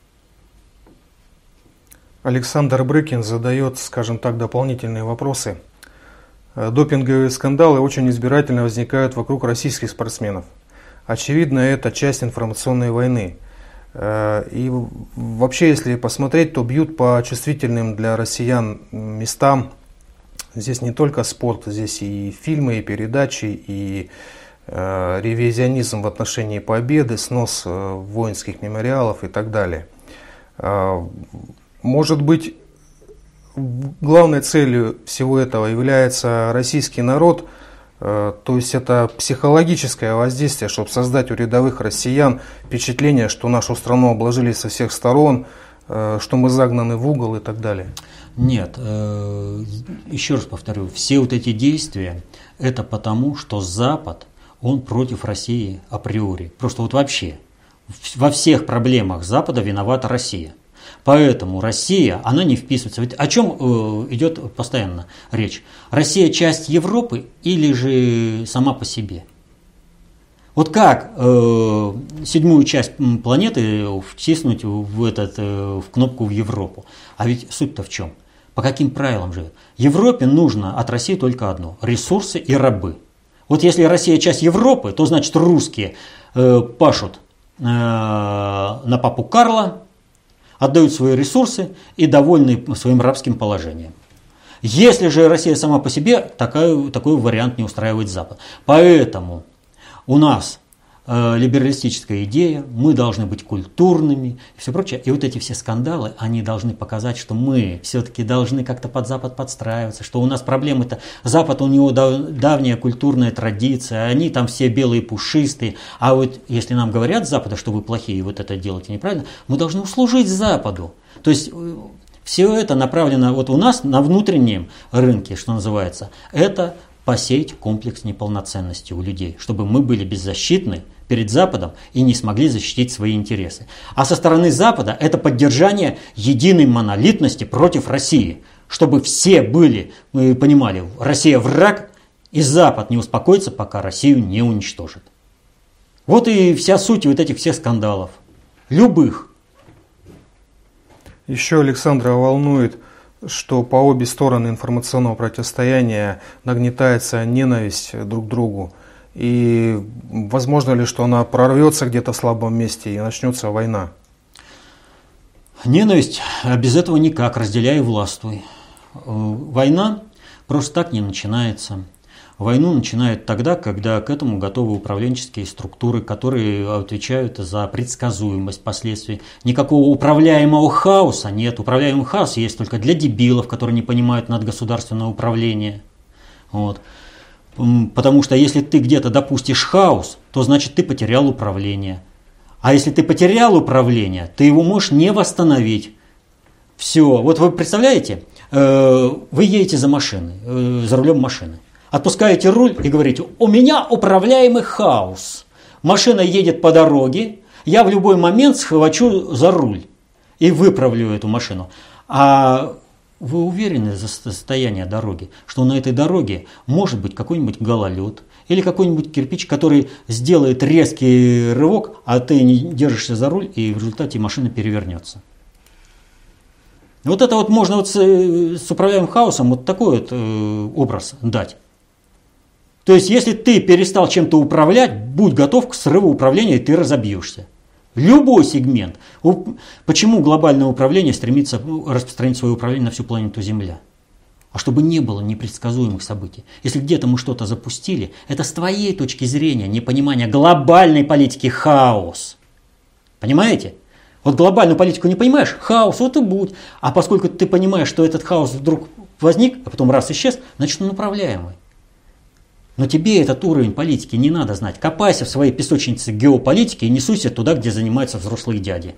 Александр Брыкин задает, скажем так, дополнительные вопросы. Допинговые скандалы очень избирательно возникают вокруг российских спортсменов. Очевидно, это часть информационной войны. И вообще, если посмотреть, то бьют по чувствительным для россиян местам. Здесь не только спорт, здесь и фильмы, и передачи, и ревизионизм в отношении победы, снос воинских мемориалов и так далее. Может быть, главной целью всего этого является российский народ, то есть это психологическое воздействие, чтобы создать у рядовых россиян впечатление, что нашу страну обложили со всех сторон, что мы загнаны в угол и так далее. Нет, еще раз повторю, все вот эти действия, это потому, что Запад, он против России априори. Просто вот вообще, во всех проблемах Запада виновата Россия. Поэтому Россия, она не вписывается. Ведь о чем идет постоянно речь? Россия часть Европы или же сама по себе? Вот как седьмую часть планеты втиснуть в кнопку в Европу? А ведь суть-то в чем? По каким правилам живет? Европе нужно от России только одно – ресурсы и рабы. Вот если Россия часть Европы, то значит русские пашут на папу Карла, отдают свои ресурсы и довольны своим рабским положением. Если же Россия сама по себе, такой вариант не устраивает Запад. Поэтому у нас либералистическая идея, мы должны быть культурными и все прочее. И вот эти все скандалы, они должны показать, что мы все-таки должны как-то под Запад подстраиваться, что у нас проблемы-то, Запад, у него давняя культурная традиция, они там все белые пушистые, а вот если нам говорят с Запада, что вы плохие, вот это делаете неправильно, мы должны услужить Западу. То есть все это направлено вот у нас на внутреннем рынке, что называется, это посеять комплекс неполноценности у людей, чтобы мы были беззащитны перед Западом и не смогли защитить свои интересы. А со стороны Запада это поддержание единой монолитности против России, чтобы все были, мы понимали, Россия враг, и Запад не успокоится, пока Россию не уничтожит. Вот и вся суть вот этих всех скандалов. Любых. Еще Александра волнует, что по обе стороны информационного противостояния нагнетается ненависть друг к другу. И возможно ли, что она прорвется где-то в слабом месте и начнется война? Ненависть, а без этого никак, разделяй и властвуй. Война просто так не начинается. Войну начинают тогда, когда к этому готовы управленческие структуры, которые отвечают за предсказуемость последствий. Никакого управляемого хаоса нет. Управляемый хаос есть только для дебилов, которые не понимают надгосударственное управление. Вот. Потому что если ты где-то допустишь хаос, то значит ты потерял управление. А если ты потерял управление, ты его можешь не восстановить. Все. Вот вы представляете, вы едете за машиной, за рулем машины. Отпускаете руль и говорите: у меня управляемый хаос. Машина едет по дороге, я в любой момент схвачу за руль и выправлю эту машину. А вы уверены за состояние дороги, что на этой дороге может быть какой-нибудь гололед или какой-нибудь кирпич, который сделает резкий рывок, а ты не держишься за руль, и в результате машина перевернется? Вот это вот можно вот с управляемым хаосом вот такой вот образ дать. То есть, если ты перестал чем-то управлять, будь готов к срыву управления, и ты разобьешься. Любой сегмент. Почему глобальное управление стремится распространить свое управление на всю планету Земля? А чтобы не было непредсказуемых событий. Если где-то мы что-то запустили, это с твоей точки зрения непонимание глобальной политики хаос. Понимаете? Вот глобальную политику не понимаешь, хаос, вот и будь. А поскольку ты понимаешь, что этот хаос вдруг возник, а потом раз исчез, значит он управляемый. Но тебе этот уровень политики не надо знать. Копайся в своей песочнице геополитики и не суйся туда, где занимаются взрослые дяди.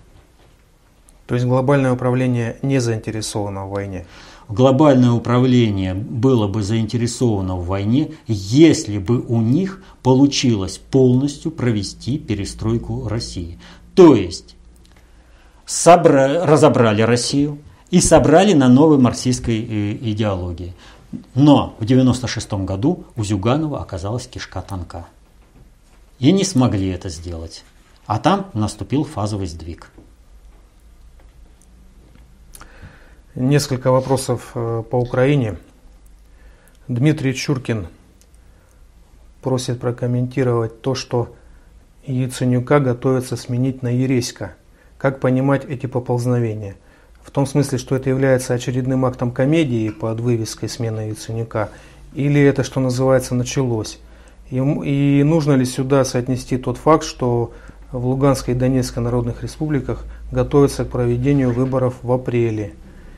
То есть глобальное управление не заинтересовано в войне? Глобальное управление было бы заинтересовано в войне, если бы у них получилось полностью провести перестройку России. То есть разобрали Россию и собрали на новой марксистской идеологии. Но в 1996 году у Зюганова оказалась кишка тонка. И не смогли это сделать. А там наступил фазовый сдвиг. Несколько вопросов по Украине. Дмитрий Чуркин просит прокомментировать то, что Яценюка готовится сменить на Ереська. Как понимать эти поползновения? В том смысле, что это является очередным актом комедии под вывеской «Смена Яценюка», или это, что называется, началось? И нужно ли сюда соотнести тот факт, что в Луганской и Донецкой народных республиках готовятся к проведению выборов в апреле,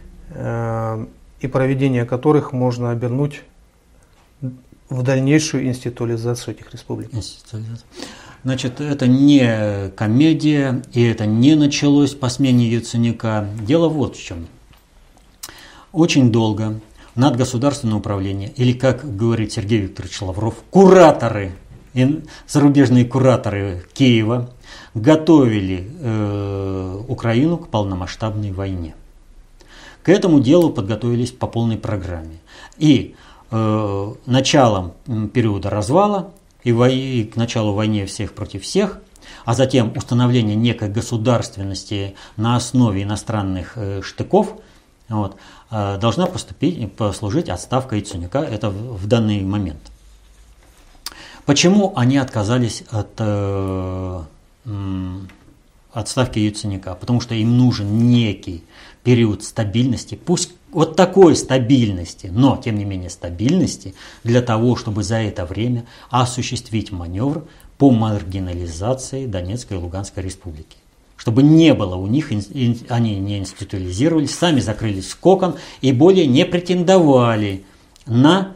и проведение которых можно обернуть в дальнейшую институализацию этих республик? Значит, это не комедия, и это не началось по смене Яценюка. Дело вот в чем. Очень долго надгосударственное управление, или, как говорит Сергей Викторович Лавров, кураторы зарубежные кураторы Киева готовили Украину к полномасштабной войне. К этому делу подготовились по полной программе. И началом периода развала и к началу войны всех против всех, а затем установление некой государственности на основе иностранных штыков, должна послужить отставка Яценюка. Это в данный момент. Почему они отказались от отставки Яценюка? Потому что им нужен некий период стабильности, пусть вот такой стабильности, но тем не менее стабильности, для того, чтобы за это время осуществить маневр по маргинализации Донецкой и Луганской республики. Чтобы не было у них, они не институализировались, сами закрылись в кокон и более не претендовали на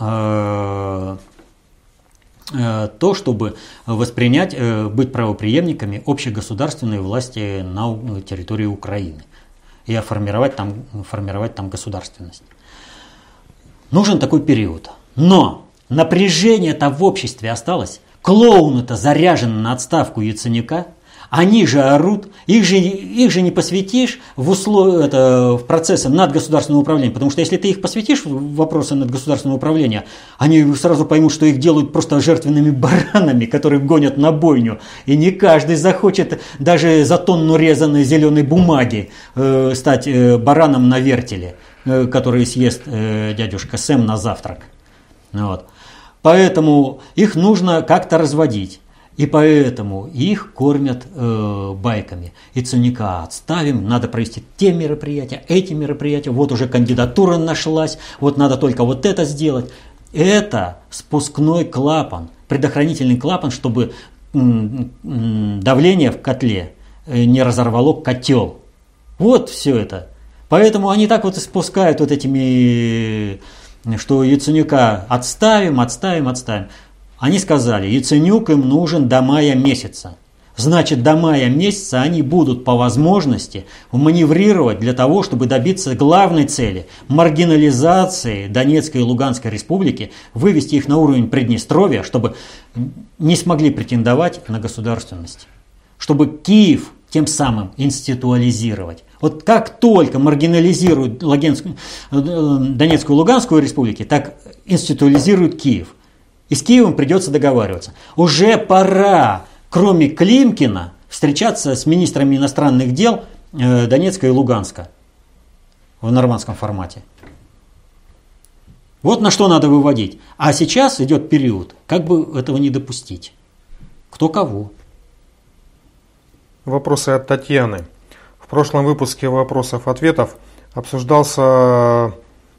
то, чтобы воспринять, быть правопреемниками общегосударственной власти на территории Украины и формировать там государственность. Нужен такой период. Но напряжение-то в обществе осталось. Клоуны-то заряжены на отставку Яценюка. Они же орут, их же не посвятишь в процессы надгосударственного управления, потому что если ты их посвятишь в вопросы надгосударственного управления, они сразу поймут, что их делают просто жертвенными баранами, которых гонят на бойню, и не каждый захочет даже за тонну резаной зеленой бумаги стать бараном на вертеле, который съест дядюшка Сэм на завтрак. Поэтому их нужно как-то разводить. И поэтому их кормят байками. Яценюка отставим, надо провести те мероприятия, эти мероприятия. Вот уже кандидатура нашлась, вот надо только вот это сделать. Это спускной клапан, предохранительный клапан, чтобы давление в котле не разорвало котел. Вот все это. Поэтому они так вот и спускают вот этими, что Яценюка отставим. Они сказали, Яценюк им нужен до мая месяца. Значит, до мая месяца они будут по возможности маневрировать для того, чтобы добиться главной цели – маргинализации Донецкой и Луганской республики, вывести их на уровень Приднестровья, чтобы не смогли претендовать на государственность. Чтобы Киев тем самым институализировать. Вот как только маргинализируют Донецкую и Луганскую республики, так институализируют Киев. И с Киевом придется договариваться. Уже пора, кроме Климкина, встречаться с министрами иностранных дел Донецка и Луганска в нормандском формате. Вот на что надо выводить. А сейчас идет период, как бы этого не допустить. Кто кого. Вопросы от Татьяны. В прошлом выпуске вопросов-ответов обсуждался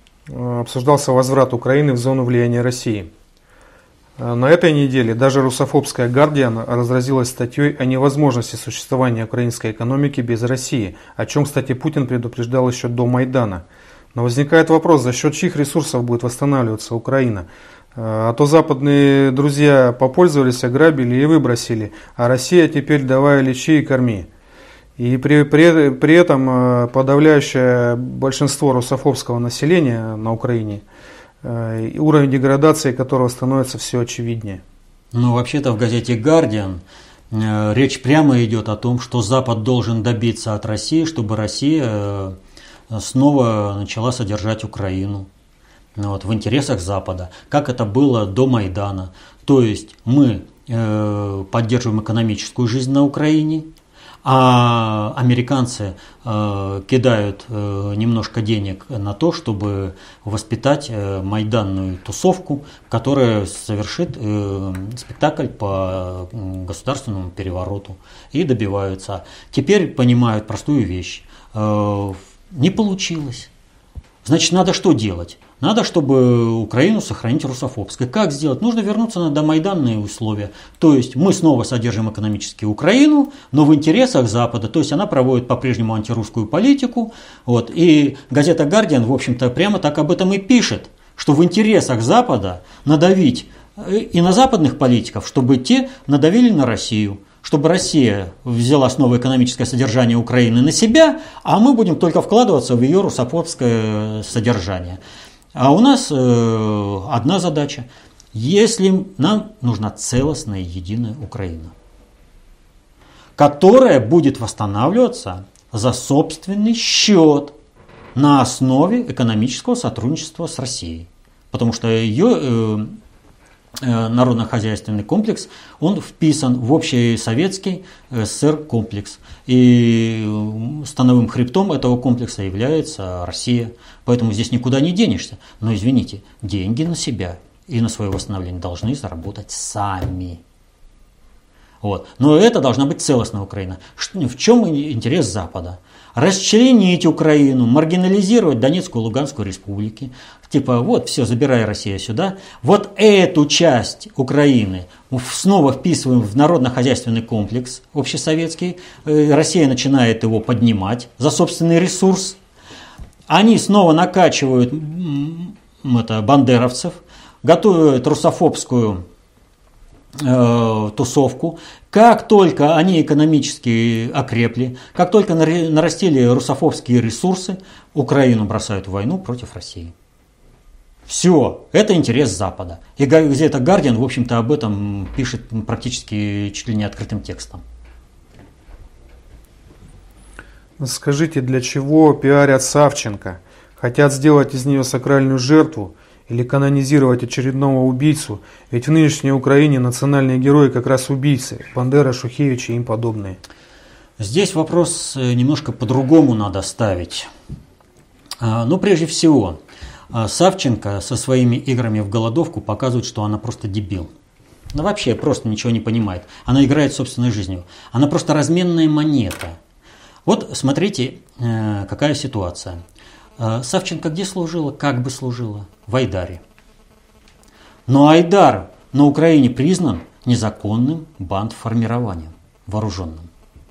возврат Украины в зону влияния России. На этой неделе даже русофобская «Гардиан» разразилась статьей о невозможности существования украинской экономики без России, о чем, кстати, Путин предупреждал еще до Майдана. Но возникает вопрос, за счет чьих ресурсов будет восстанавливаться Украина? А то западные друзья попользовались, ограбили и выбросили, а Россия теперь давай лечи и корми. И при этом подавляющее большинство русофобского населения на Украине, уровень деградации которого становится все очевиднее. Ну, вообще-то в газете «Гардиан» речь прямо идет о том, что Запад должен добиться от России, чтобы Россия снова начала содержать Украину в интересах Запада, как это было до Майдана. То есть мы поддерживаем экономическую жизнь на Украине, а американцы кидают немножко денег на то, чтобы воспитать майданную тусовку, которая совершит спектакль по государственному перевороту, и добиваются. Теперь понимают простую вещь. Не получилось. Значит, надо что делать? Надо, чтобы Украину сохранить русофобской. Как сделать? Нужно вернуться на домайданные условия. То есть мы снова содержим экономически Украину, но в интересах Запада. То есть она проводит по-прежнему антирусскую политику. И газета «Гардиан», в общем-то, прямо так об этом и пишет, что в интересах Запада надавить и на западных политиков, чтобы те надавили на Россию. Чтобы Россия взяла снова экономическое содержание Украины на себя, а мы будем только вкладываться в ее русофобское содержание. А у нас одна задача если нам нужна целостная единая Украина, которая будет восстанавливаться за собственный счет на основе экономического сотрудничества с Россией. Потому что ее народно-хозяйственный комплекс, он вписан в общий советский СССР комплекс. И становым хребтом этого комплекса является Россия. Поэтому здесь никуда не денешься. Но извините, деньги на себя и на свое восстановление должны заработать сами. Вот. Но это должна быть целостная Украина. В чем интерес Запада? Расчленить Украину, маргинализировать Донецкую и Луганскую республики. Типа, вот, все, забирай Россия сюда. Вот эту часть Украины снова вписываем в народно-хозяйственный комплекс общесоветский. Россия начинает его поднимать за собственный ресурс. Они снова накачивают бандеровцев, готовят русофобскую тусовку. Как только они экономически окрепли, как только нарастили русофобские ресурсы, Украину бросают в войну против России. Все, это интерес Запада. И газета «Гардиан», в общем-то, об этом пишет практически чуть ли не открытым текстом. Скажите, для чего пиарят Савченко? Хотят сделать из нее сакральную жертву или канонизировать очередного убийцу? Ведь в нынешней Украине национальные герои как раз убийцы. Бандера, Шухевич и им подобные. Здесь вопрос немножко по-другому надо ставить. Но прежде всего, Савченко со своими играми в голодовку показывает, что она просто дебил. Она вообще просто ничего не понимает. Она играет собственной жизнью. Она просто разменная монета. Вот смотрите, какая ситуация. Савченко где служила? Как бы служила? В Айдаре. Но Айдар на Украине признан незаконным бандформированием, вооруженным.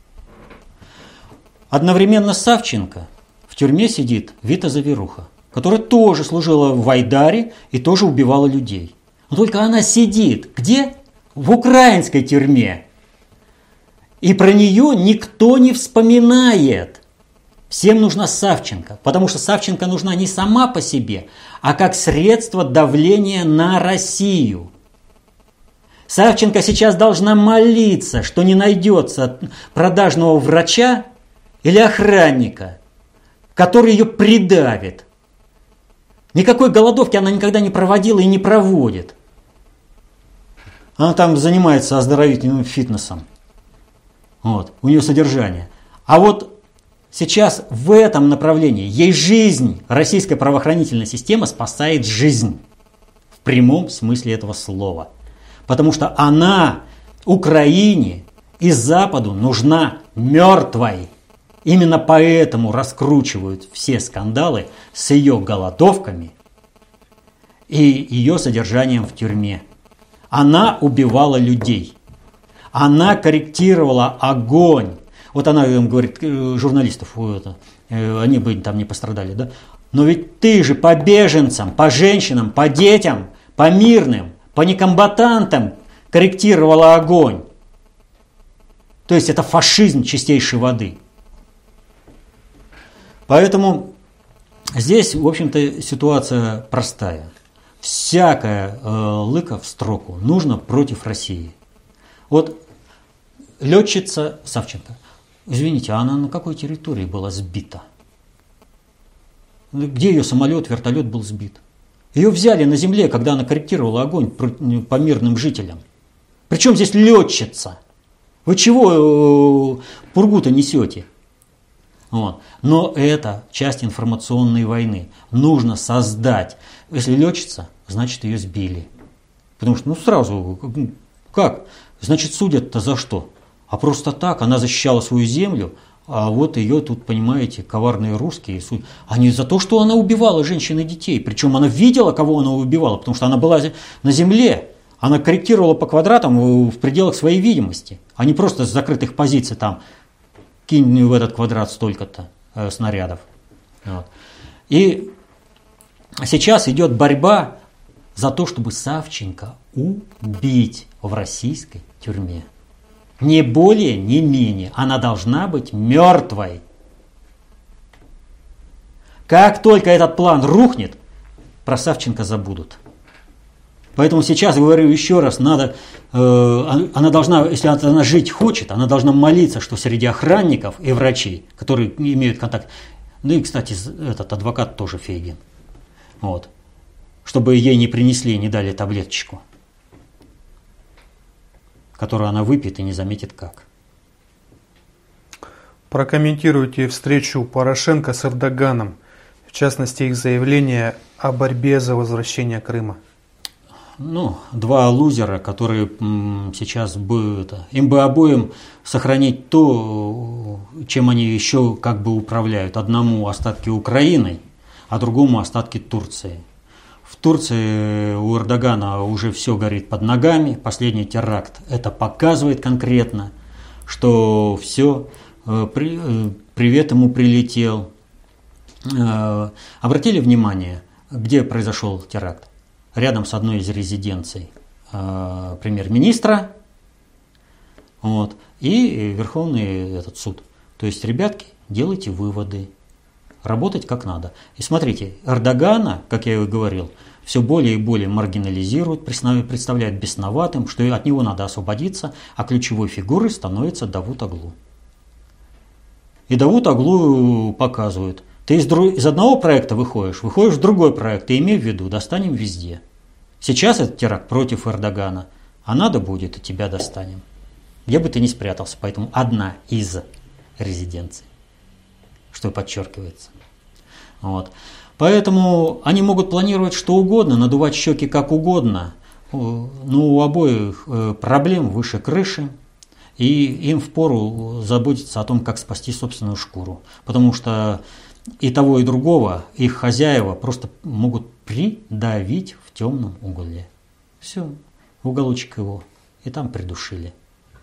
Одновременно с Савченко в тюрьме сидит Вита Заверуха, которая тоже служила в Айдаре и тоже убивала людей. Но только она сидит где? В украинской тюрьме. И про нее никто не вспоминает. Всем нужна Савченко, потому что Савченко нужна не сама по себе, а как средство давления на Россию. Савченко сейчас должна молиться, что не найдется продажного врача или охранника, который ее придавит. Никакой голодовки она никогда не проводила и не проводит. Она там занимается оздоровительным фитнесом. Вот, у нее содержание. А вот сейчас в этом направлении ей жизнь, российская правоохранительная система спасает жизнь. В прямом смысле этого слова. Потому что она Украине и Западу нужна мертвой. Именно поэтому раскручивают все скандалы с ее голодовками и ее содержанием в тюрьме. Она убивала людей. Она корректировала огонь. Вот она говорит, журналистов, они бы там не пострадали, да? Но ведь ты же по беженцам, по женщинам, по детям, по мирным, по некомбатантам корректировала огонь. То есть это фашизм чистейшей воды. Поэтому здесь, в общем-то, ситуация простая. Всякая лыка в строку нужно против России. Вот летчица Савченко. Извините, а она на какой территории была сбита? Где ее самолет, вертолет был сбит? Ее взяли на земле, когда она корректировала огонь по мирным жителям. Причем здесь летчица? Вы чего пургу-то несете? Вот. Но это часть информационной войны. Нужно создать. Если летчица, значит ее сбили. Потому что, сразу, как? Значит, судят-то за что? А просто так, она защищала свою землю, а вот ее тут, понимаете, коварные русские судят. А не за то, что она убивала женщин и детей. Причем она видела, кого она убивала, потому что она была на земле. Она корректировала по квадратам в пределах своей видимости, а не просто с закрытых позиций там. Кинь в этот квадрат столько-то снарядов. Вот. И сейчас идет борьба за то, чтобы Савченко убить в российской тюрьме. Не более, не менее. Она должна быть мертвой. Как только этот план рухнет, про Савченко забудут. Поэтому сейчас, говорю еще раз, надо, она должна, если она жить хочет, она должна молиться, что среди охранников и врачей, которые имеют контакт, ну и, кстати, этот адвокат тоже Фейгин, вот, чтобы ей не принесли, не дали таблеточку, которую она выпьет и не заметит как. Прокомментируйте встречу Порошенко с Эрдоганом, в частности их заявление о борьбе за возвращение Крыма. Ну, два лузера, которые сейчас им бы обоим сохранить то, чем они еще как бы управляют. Одному остатки Украины, а другому остатки Турции. В Турции у Эрдогана уже все горит под ногами. Последний теракт это показывает конкретно, что все, привет ему прилетел. Обратили внимание, где произошел теракт? Рядом с одной из резиденций премьер-министра, вот, и Верховный суд. То есть, ребятки, делайте выводы, работать как надо. И смотрите, Эрдогана, как я и говорил, все более и более маргинализируют, представляют бесноватым, что от него надо освободиться, а ключевой фигурой становится Давут Оглу. И Давут Оглу показывают. Ты из одного проекта выходишь в другой проект, и имей в виду, достанем везде. Сейчас этот теракт против Эрдогана, а надо будет, и тебя достанем. Где бы ты ни спрятался, поэтому одна из резиденций, что подчеркивается. Вот. Поэтому они могут планировать что угодно, надувать щеки как угодно, но у обоих проблем выше крыши. И им впору заботиться о том, как спасти собственную шкуру. Потому что и того, и другого их хозяева просто могут придавить в темном угле. Все, в уголочек его. И там придушили.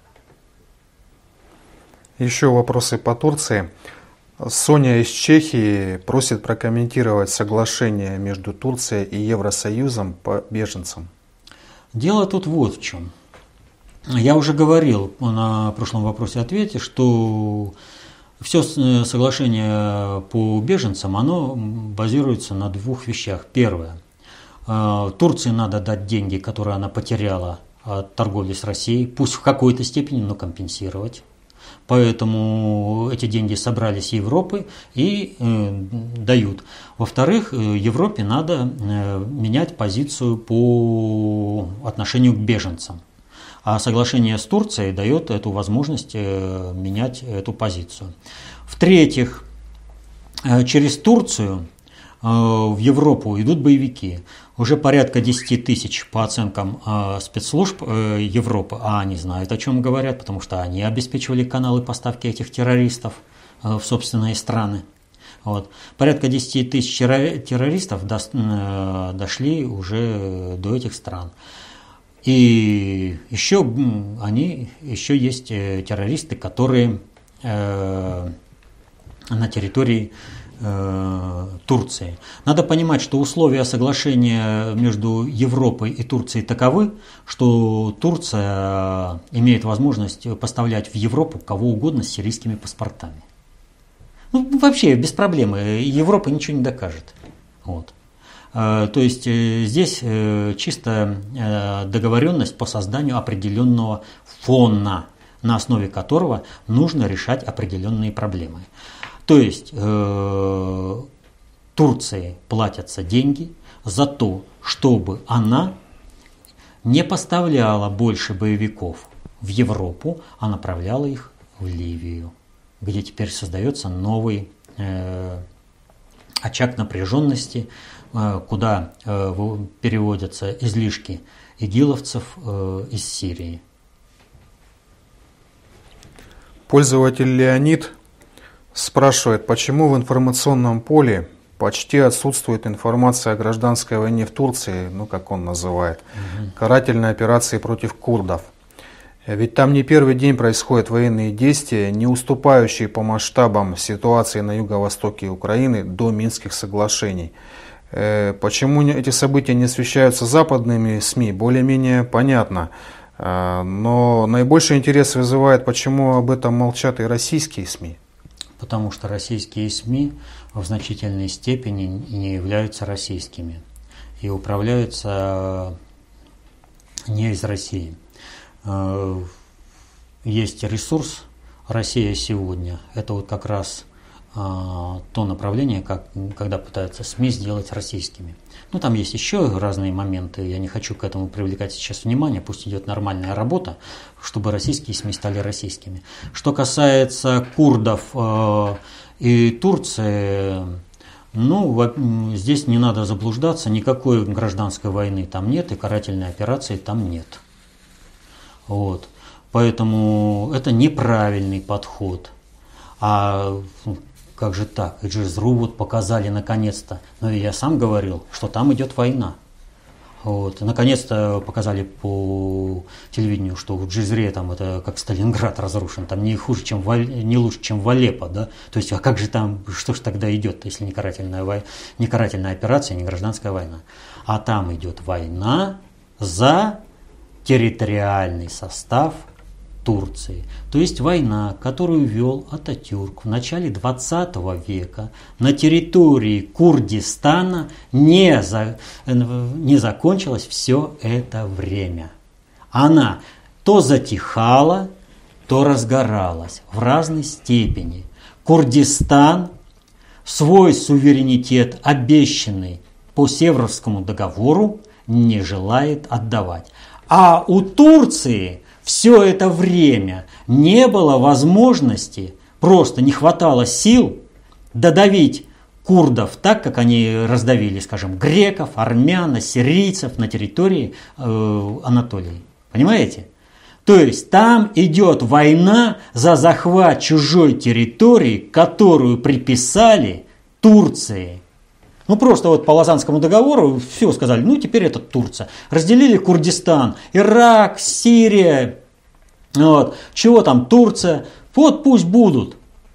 Еще вопросы по Турции. Соня из Чехии просит прокомментировать соглашение между Турцией и Евросоюзом по беженцам. Дело тут вот в чем. Я уже говорил на прошлом вопросе-ответе, что все соглашение по беженцам, оно базируется на двух вещах. Первое. Турции надо дать деньги, которые она потеряла от торговли с Россией, пусть в какой-то степени, но компенсировать. Поэтому эти деньги собрались Европы и дают. Во-вторых, Европе надо менять позицию по отношению к беженцам. А соглашение с Турцией дает эту возможность менять эту позицию. В-третьих, через Турцию в Европу идут боевики. Уже порядка 10 тысяч по оценкам спецслужб Европы, а они знают, о чем говорят, потому что они обеспечивали каналы поставки этих террористов в собственные страны. Вот. Порядка 10 тысяч террористов дошли уже до этих стран. И еще есть террористы, которые на территории Турции. Надо понимать, что условия соглашения между Европой и Турцией таковы, что Турция имеет возможность поставлять в Европу кого угодно с сирийскими паспортами. Ну, вообще без проблем. Европа ничего не докажет. Вот. То есть здесь чисто договоренность по созданию определенного фона, на основе которого нужно решать определенные проблемы. То есть Турции платятся деньги за то, чтобы она не поставляла больше боевиков в Европу, а направляла их в Ливию, где теперь создается новый очаг напряженности, куда переводятся излишки игиловцев из Сирии. Пользователь Леонид спрашивает, почему в информационном поле почти отсутствует информация о гражданской войне в Турции, ну как он называет, карательной операции против курдов. Ведь там не первый день происходят военные действия, не уступающие по масштабам ситуации на юго-востоке Украины до Минских соглашений. Почему эти события не освещаются западными СМИ, более-менее понятно. Но наибольший интерес вызывает, почему об этом молчат и российские СМИ. Потому что российские СМИ в значительной степени не являются российскими и управляются не из России. Есть ресурс «Россия сегодня». Это вот как раз то направление, когда пытаются СМИ сделать российскими. Ну, там есть еще разные моменты, я не хочу к этому привлекать сейчас внимание, пусть идет нормальная работа, чтобы российские СМИ стали российскими. Что касается курдов и Турции, ну, здесь не надо заблуждаться, никакой гражданской войны там нет и карательной операции там нет. Вот. Поэтому это неправильный подход. А как же так? Иджизру вот показали наконец-то. Но я сам говорил, что там идет война. Вот. Наконец-то показали по телевидению, что в Джизре там это как Сталинград разрушен, там не хуже, чем не лучше, чем в Алеппо, да? То есть, а как же там, что же тогда идет, если не карательная операция, не гражданская война? А там идет война за территориальный состав Турции. То есть война, которую вел Ататюрк в начале 20 века на территории Курдистана не закончилась все это время. Она то затихала, то разгоралась в разной степени. Курдистан свой суверенитет, обещанный по Севрскому договору, не желает отдавать. А у Турции все это время не было возможности, просто не хватало сил додавить курдов так, как они раздавили, скажем, греков, армян, ассирийцев на территории Анатолии. Понимаете? То есть там идет война за захват чужой территории, которую приписали Турции. Ну, просто вот по Лозаннскому договору все сказали, ну, теперь это Турция. Разделили Курдистан, Ирак, Сирия, вот. Чего там, Турция, вот пусть будут.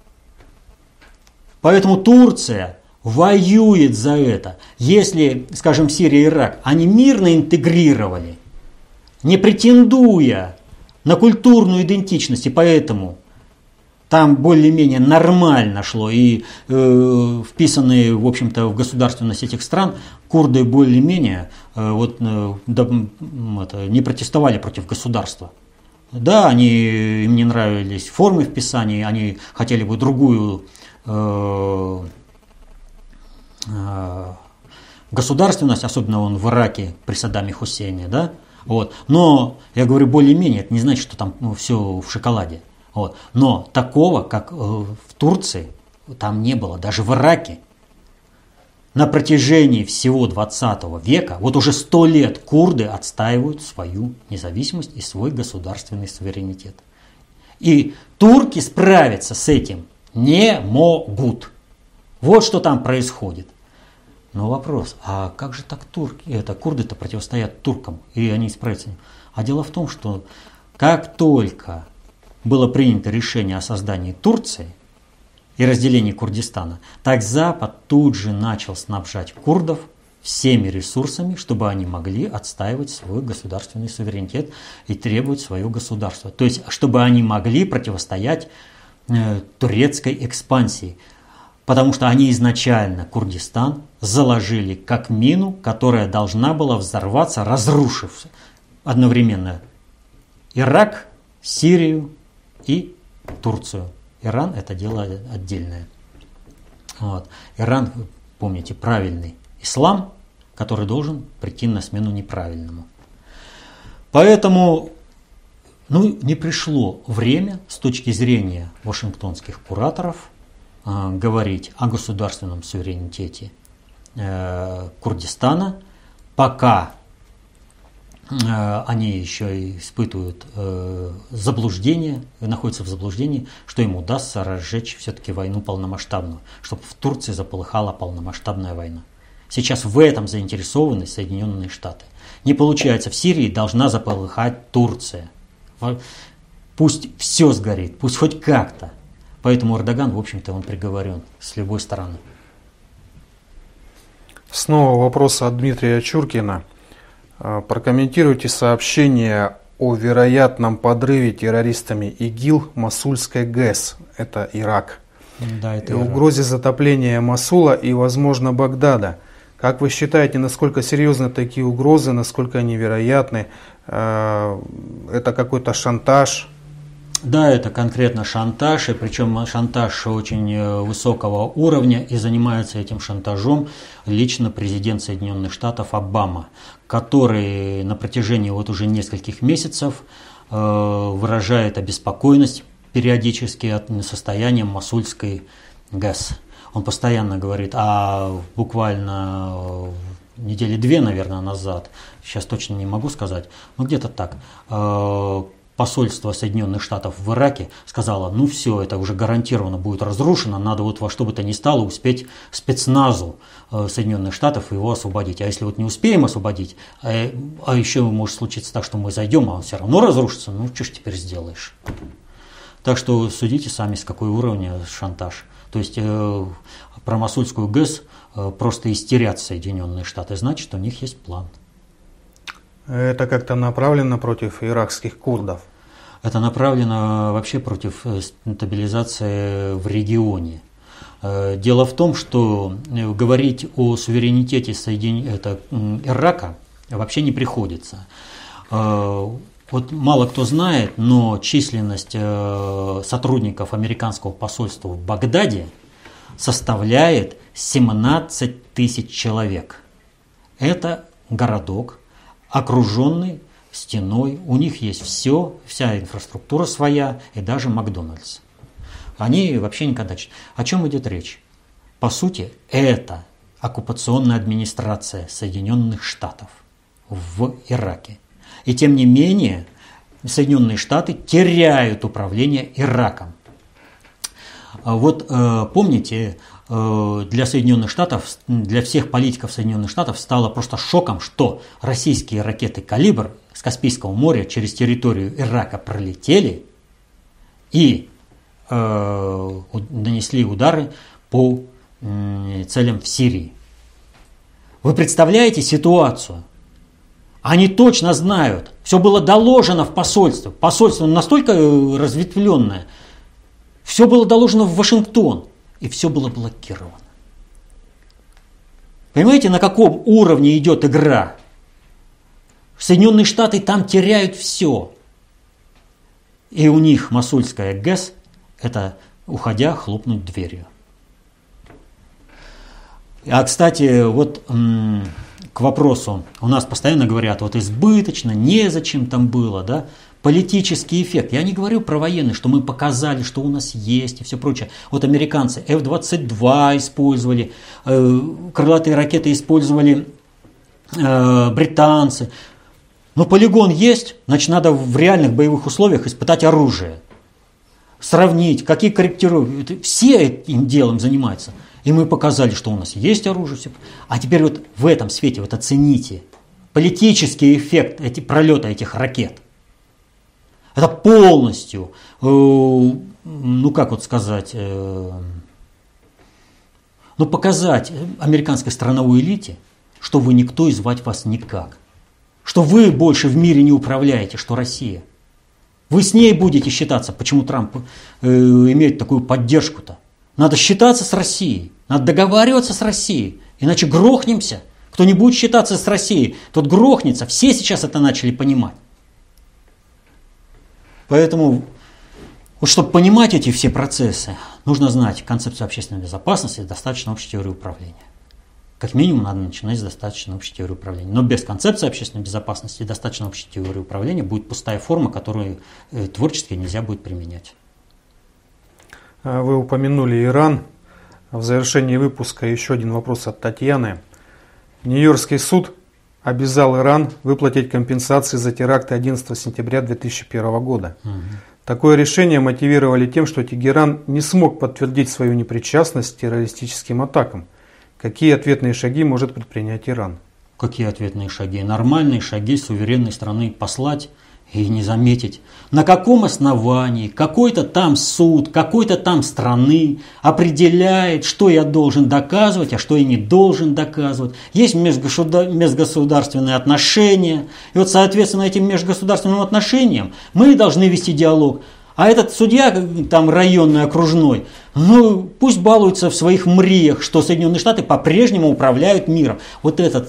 Поэтому Турция воюет за это. Если, скажем, Сирия и Ирак, они мирно интегрировали, не претендуя на культурную идентичность, и поэтому там более-менее нормально шло, и вписанные, в общем-то, в государственность этих стран, курды более-менее не протестовали против государства. Да, им не нравились формы вписания, они хотели бы другую государственность, особенно в Ираке при Саддаме Хусейне, да? Вот. Но, я говорю, более-менее, это не значит, что там все в шоколаде. Вот. Но такого, как в Турции, там не было, даже в Ираке. На протяжении всего 20 века, вот уже 100 лет курды отстаивают свою независимость и свой государственный суверенитет. И турки справиться с этим не могут. Вот что там происходит. Но вопрос, а как же так курды-то противостоят туркам, и они справятся? А дело в том, что как только было принято решение о создании Турции и разделении Курдистана, так Запад тут же начал снабжать курдов всеми ресурсами, чтобы они могли отстаивать свой государственный суверенитет и требовать свое государство. То есть, чтобы они могли противостоять турецкой экспансии. Потому что они изначально Курдистан заложили как мину, которая должна была взорваться, разрушив одновременно Ирак, Сирию и Турцию. Иран – это дело отдельное. Вот. Иран, помните, правильный ислам, который должен прийти на смену неправильному. Поэтому не пришло время с точки зрения вашингтонских кураторов говорить о государственном суверенитете Курдистана, пока они еще испытывают заблуждение, находятся в заблуждении, что им удастся разжечь все-таки войну полномасштабную, чтобы в Турции заполыхала полномасштабная война. Сейчас в этом заинтересованы Соединенные Штаты. Не получается, в Сирии должна заполыхать Турция. Пусть все сгорит, пусть хоть как-то. Поэтому Эрдоган, в общем-то, он приговорен с любой стороны. Снова вопрос от Дмитрия Чуркина. Прокомментируйте сообщение о вероятном подрыве террористами ИГИЛ Мосульской ГЭС, это Ирак, да, это и угрозе затопления Мосула и, возможно, Багдада. Как вы считаете, насколько серьезны такие угрозы, насколько они вероятны? Это какой-то шантаж? Да, это конкретно шантаж, и причем шантаж очень высокого уровня, и занимается этим шантажом лично президент Соединенных Штатов Обама, который на протяжении вот уже нескольких месяцев выражает обеспокоенность периодически от состояния Мосульской ГЭС. Он постоянно говорит, буквально недели 2, наверное, назад, сейчас точно не могу сказать, но где-то так, посольство Соединенных Штатов в Ираке сказало, ну все, это уже гарантированно будет разрушено, надо вот во что бы то ни стало успеть спецназу Соединенных Штатов его освободить. А если вот не успеем освободить, а еще может случиться так, что мы зайдем, а он все равно разрушится, ну что ж теперь сделаешь. Так что судите сами, с какой уровня шантаж. То есть про Мосульскую ГЭС просто истерят Соединенные Штаты, значит, у них есть план. Это как-то направлено против иракских курдов? Это направлено вообще против стабилизации в регионе. Дело в том, что говорить о суверенитете Ирака вообще не приходится. Вот мало кто знает, но численность сотрудников американского посольства в Багдаде составляет 17 тысяч человек. Это городок, окруженный стеной, у них есть все, вся инфраструктура своя и даже Макдональдс. Они вообще никогда... О чем идет речь? По сути, это оккупационная администрация Соединенных Штатов в Ираке. И тем не менее, Соединенные Штаты теряют управление Ираком. Вот помните, для Соединенных Штатов, для всех политиков Соединенных Штатов стало просто шоком, что российские ракеты «Калибр» с Каспийского моря через территорию Ирака пролетели и нанесли удары по целям в Сирии. Вы представляете ситуацию? Они точно знают, все было доложено в посольство. Посольство настолько разветвленное, все было доложено в Вашингтон, и все было блокировано. Понимаете, на каком уровне идет игра? Соединенные Штаты там теряют все. И у них Мосульская ГЭС – это, уходя, хлопнуть дверью. А, кстати, вот к вопросу, у нас постоянно говорят, вот избыточно, незачем там было, да? Политический эффект. Я не говорю про военный, что мы показали, что у нас есть и все прочее. Вот американцы F-22 использовали, крылатые ракеты использовали британцы. Но полигон есть, значит, надо в реальных боевых условиях испытать оружие. Сравнить, какие корректировки. Все этим делом занимаются. И мы показали, что у нас есть оружие. А теперь вот в этом свете вот оцените политический эффект пролета этих ракет. Это полностью, ну как вот сказать, показать американской страновой элите, что вы никто и звать вас никак. Что вы больше в мире не управляете, что Россия. Вы с ней будете считаться. Почему Трамп имеет такую поддержку-то? Надо считаться с Россией. Надо договариваться с Россией. Иначе грохнемся. Кто не будет считаться с Россией, тот грохнется. Все сейчас это начали понимать. Поэтому, вот чтобы понимать эти все процессы, нужно знать концепцию общественной безопасности и достаточно общей теории управления. Как минимум надо начинать с достаточно общей теории управления. Но без концепции общественной безопасности и достаточно общей теории управления будет пустая форма, которую творчески нельзя будет применять. Вы упомянули Иран. В завершении выпуска еще один вопрос от Татьяны. Нью-Йоркский суд обязал Иран выплатить компенсации за теракты 11 сентября 2001 года. Такое решение мотивировали тем, что Тегеран не смог подтвердить свою непричастность к террористическим атакам. Какие ответные шаги может предпринять Иран? Какие ответные шаги? Нормальные шаги суверенной страны послать и не заметить. На каком основании какой-то там суд, какой-то там страны определяет, что я должен доказывать, а что я не должен доказывать. Есть межгосударственные отношения. И вот соответственно этим межгосударственным отношениям мы должны вести диалог. А этот судья, там районный, окружной, ну пусть балуется в своих мриях, что Соединенные Штаты по-прежнему управляют миром. Вот этот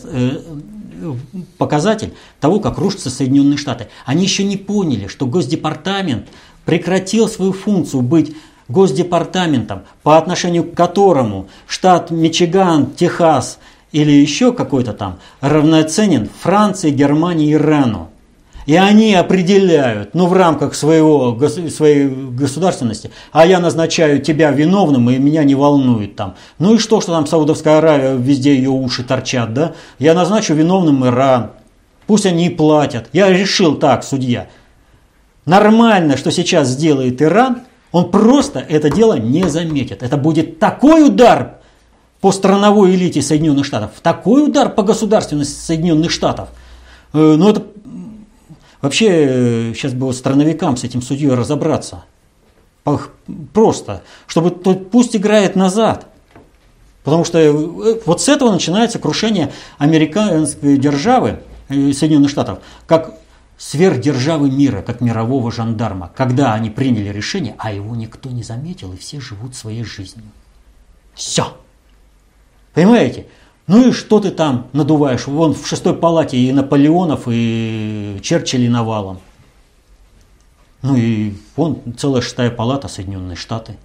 показатель того, как рушатся Соединенные Штаты. Они еще не поняли, что Госдепартамент прекратил свою функцию быть Госдепартаментом, по отношению к которому штат Мичиган, Техас или еще какой-то там равноценен Франции, Германии, Ирану. И они определяют, в рамках своей государственности, а я назначаю тебя виновным, и меня не волнует там. Ну и что там Саудовская Аравия, везде ее уши торчат, да? Я назначу виновным Иран, пусть они и платят. Я решил так, судья. Нормально, что сейчас сделает Иран, он просто это дело не заметит. Это будет такой удар по страновой элите Соединенных Штатов, такой удар по государственности Соединенных Штатов. Ну это... Вообще, сейчас бы страновикам с этим судьей разобраться. Просто, чтобы пусть играет назад. Потому что вот с этого начинается крушение американской державы, Соединенных Штатов, как сверхдержавы мира, как мирового жандарма. Когда они приняли решение, а его никто не заметил, и все живут своей жизнью. Все. Понимаете? Ну и что ты там надуваешь? Вон в 6-й палате и Наполеонов, и Черчиллей навалом. Ну и вон целая 6-я палата, Соединенные Штаты.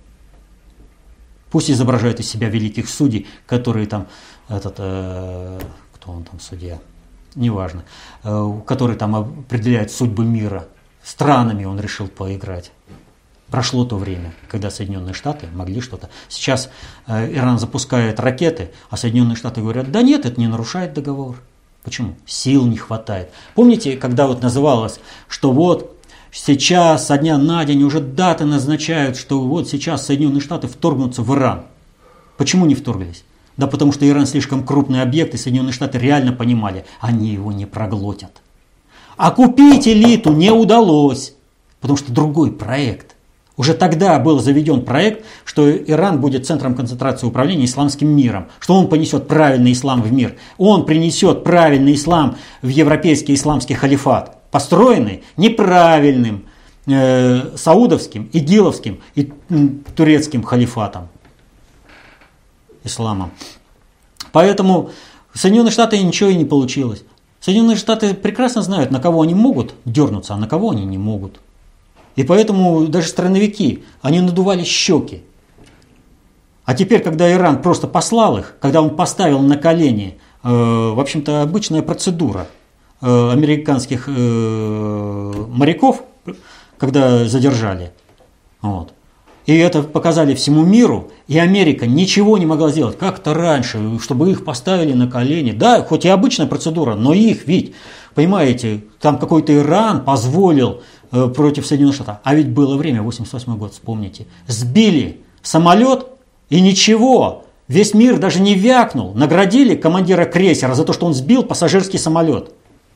Пусть изображают из себя великих судей, которые там, кто он там судья, неважно, который там определяет судьбы мира. Странами он решил поиграть. Прошло то время, когда Соединенные Штаты могли что-то. Сейчас Иран запускает ракеты, а Соединенные Штаты говорят, да нет, это не нарушает договор. Почему? Сил не хватает. Помните, когда вот называлось, что вот сейчас со дня на день уже даты назначают, что вот сейчас Соединенные Штаты вторгнутся в Иран. Почему не вторглись? Да потому что Иран слишком крупный объект, и Соединенные Штаты реально понимали, они его не проглотят. А купить элиту не удалось, потому что другой проект. Уже тогда был заведен проект, что Иран будет центром концентрации управления исламским миром, что он понесет правильный ислам в мир. Он принесет правильный ислам в европейский исламский халифат, построенный неправильным саудовским, игиловским и турецким халифатом, исламом. Поэтому Соединенные Штаты ничего и не получилось. Соединенные Штаты прекрасно знают, на кого они могут дернуться, а на кого они не могут. И поэтому даже страновики, они надували щеки. А теперь, когда Иран просто послал их, когда он поставил на колени, в общем-то, обычная процедура американских моряков, когда задержали. Вот. И это показали всему миру, и Америка ничего не могла сделать. Как-то раньше, чтобы их поставили на колени. Да, хоть и обычная процедура, но их ведь, понимаете, там какой-то Иран позволил против Соединенных Штатов. А ведь было время, 88 год, вспомните. Сбили самолет и ничего. Весь мир даже не вякнул. Наградили командира крейсера за то, что он сбил пассажирский самолет.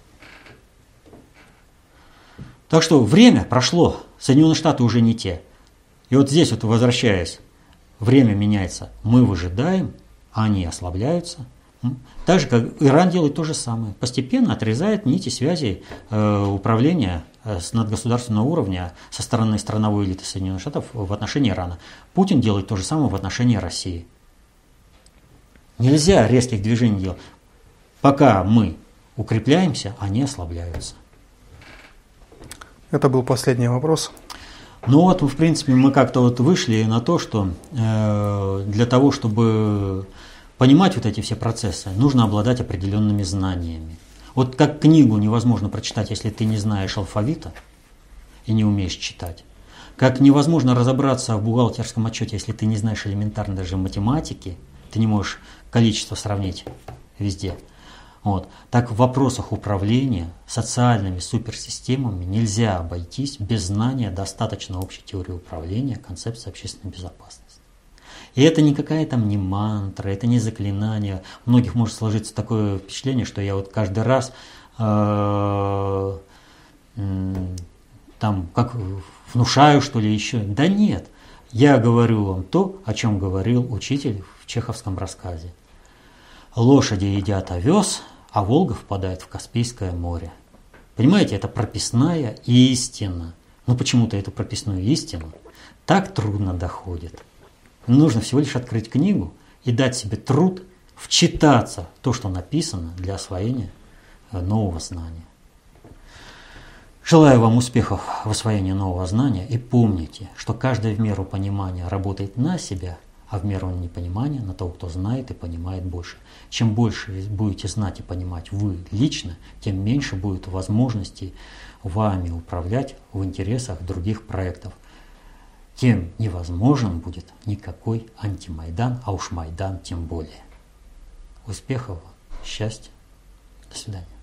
Так что время прошло. Соединенные Штаты уже не те. И вот здесь вот возвращаясь, время меняется. Мы выжидаем, а они ослабляются. Так же, как Иран делает то же самое. Постепенно отрезает нити связи управления с надгосударственного уровня со стороны страновой элиты Соединенных Штатов в отношении Ирана. Путин делает то же самое в отношении России. Нельзя резких движений делать. Пока мы укрепляемся, они ослабляются. Это был последний вопрос. Ну вот, в принципе, мы как-то вот вышли на то, что для того, чтобы понимать вот эти все процессы, нужно обладать определенными знаниями. Вот как книгу невозможно прочитать, если ты не знаешь алфавита и не умеешь читать. Как невозможно разобраться в бухгалтерском отчете, если ты не знаешь элементарно даже математики, ты не можешь количество сравнить везде. Вот. Так в вопросах управления социальными суперсистемами нельзя обойтись без знания достаточно общей теории управления, концепции общественной безопасности. И это никакая там не мантра, это не заклинание. У многих может сложиться такое впечатление, что я вот каждый раз там как внушаю, что ли, еще. Да нет, я говорю вам то, о чем говорил учитель в чеховском рассказе. Лошади едят овес, а Волга впадает в Каспийское море. Понимаете, это прописная истина. но почему-то эту прописную истину так трудно доходит. Нужно всего лишь открыть книгу и дать себе труд вчитаться в то, что написано для освоения нового знания. Желаю вам успехов в освоении нового знания и помните, что каждый в меру понимания работает на себя, а в меру непонимания на того, кто знает и понимает больше. Чем больше будете знать и понимать вы лично, тем меньше будет возможностей вами управлять в интересах других проектов. Тем невозможен будет никакой антимайдан, а уж Майдан тем более. Успехов вам, счастья, до свидания.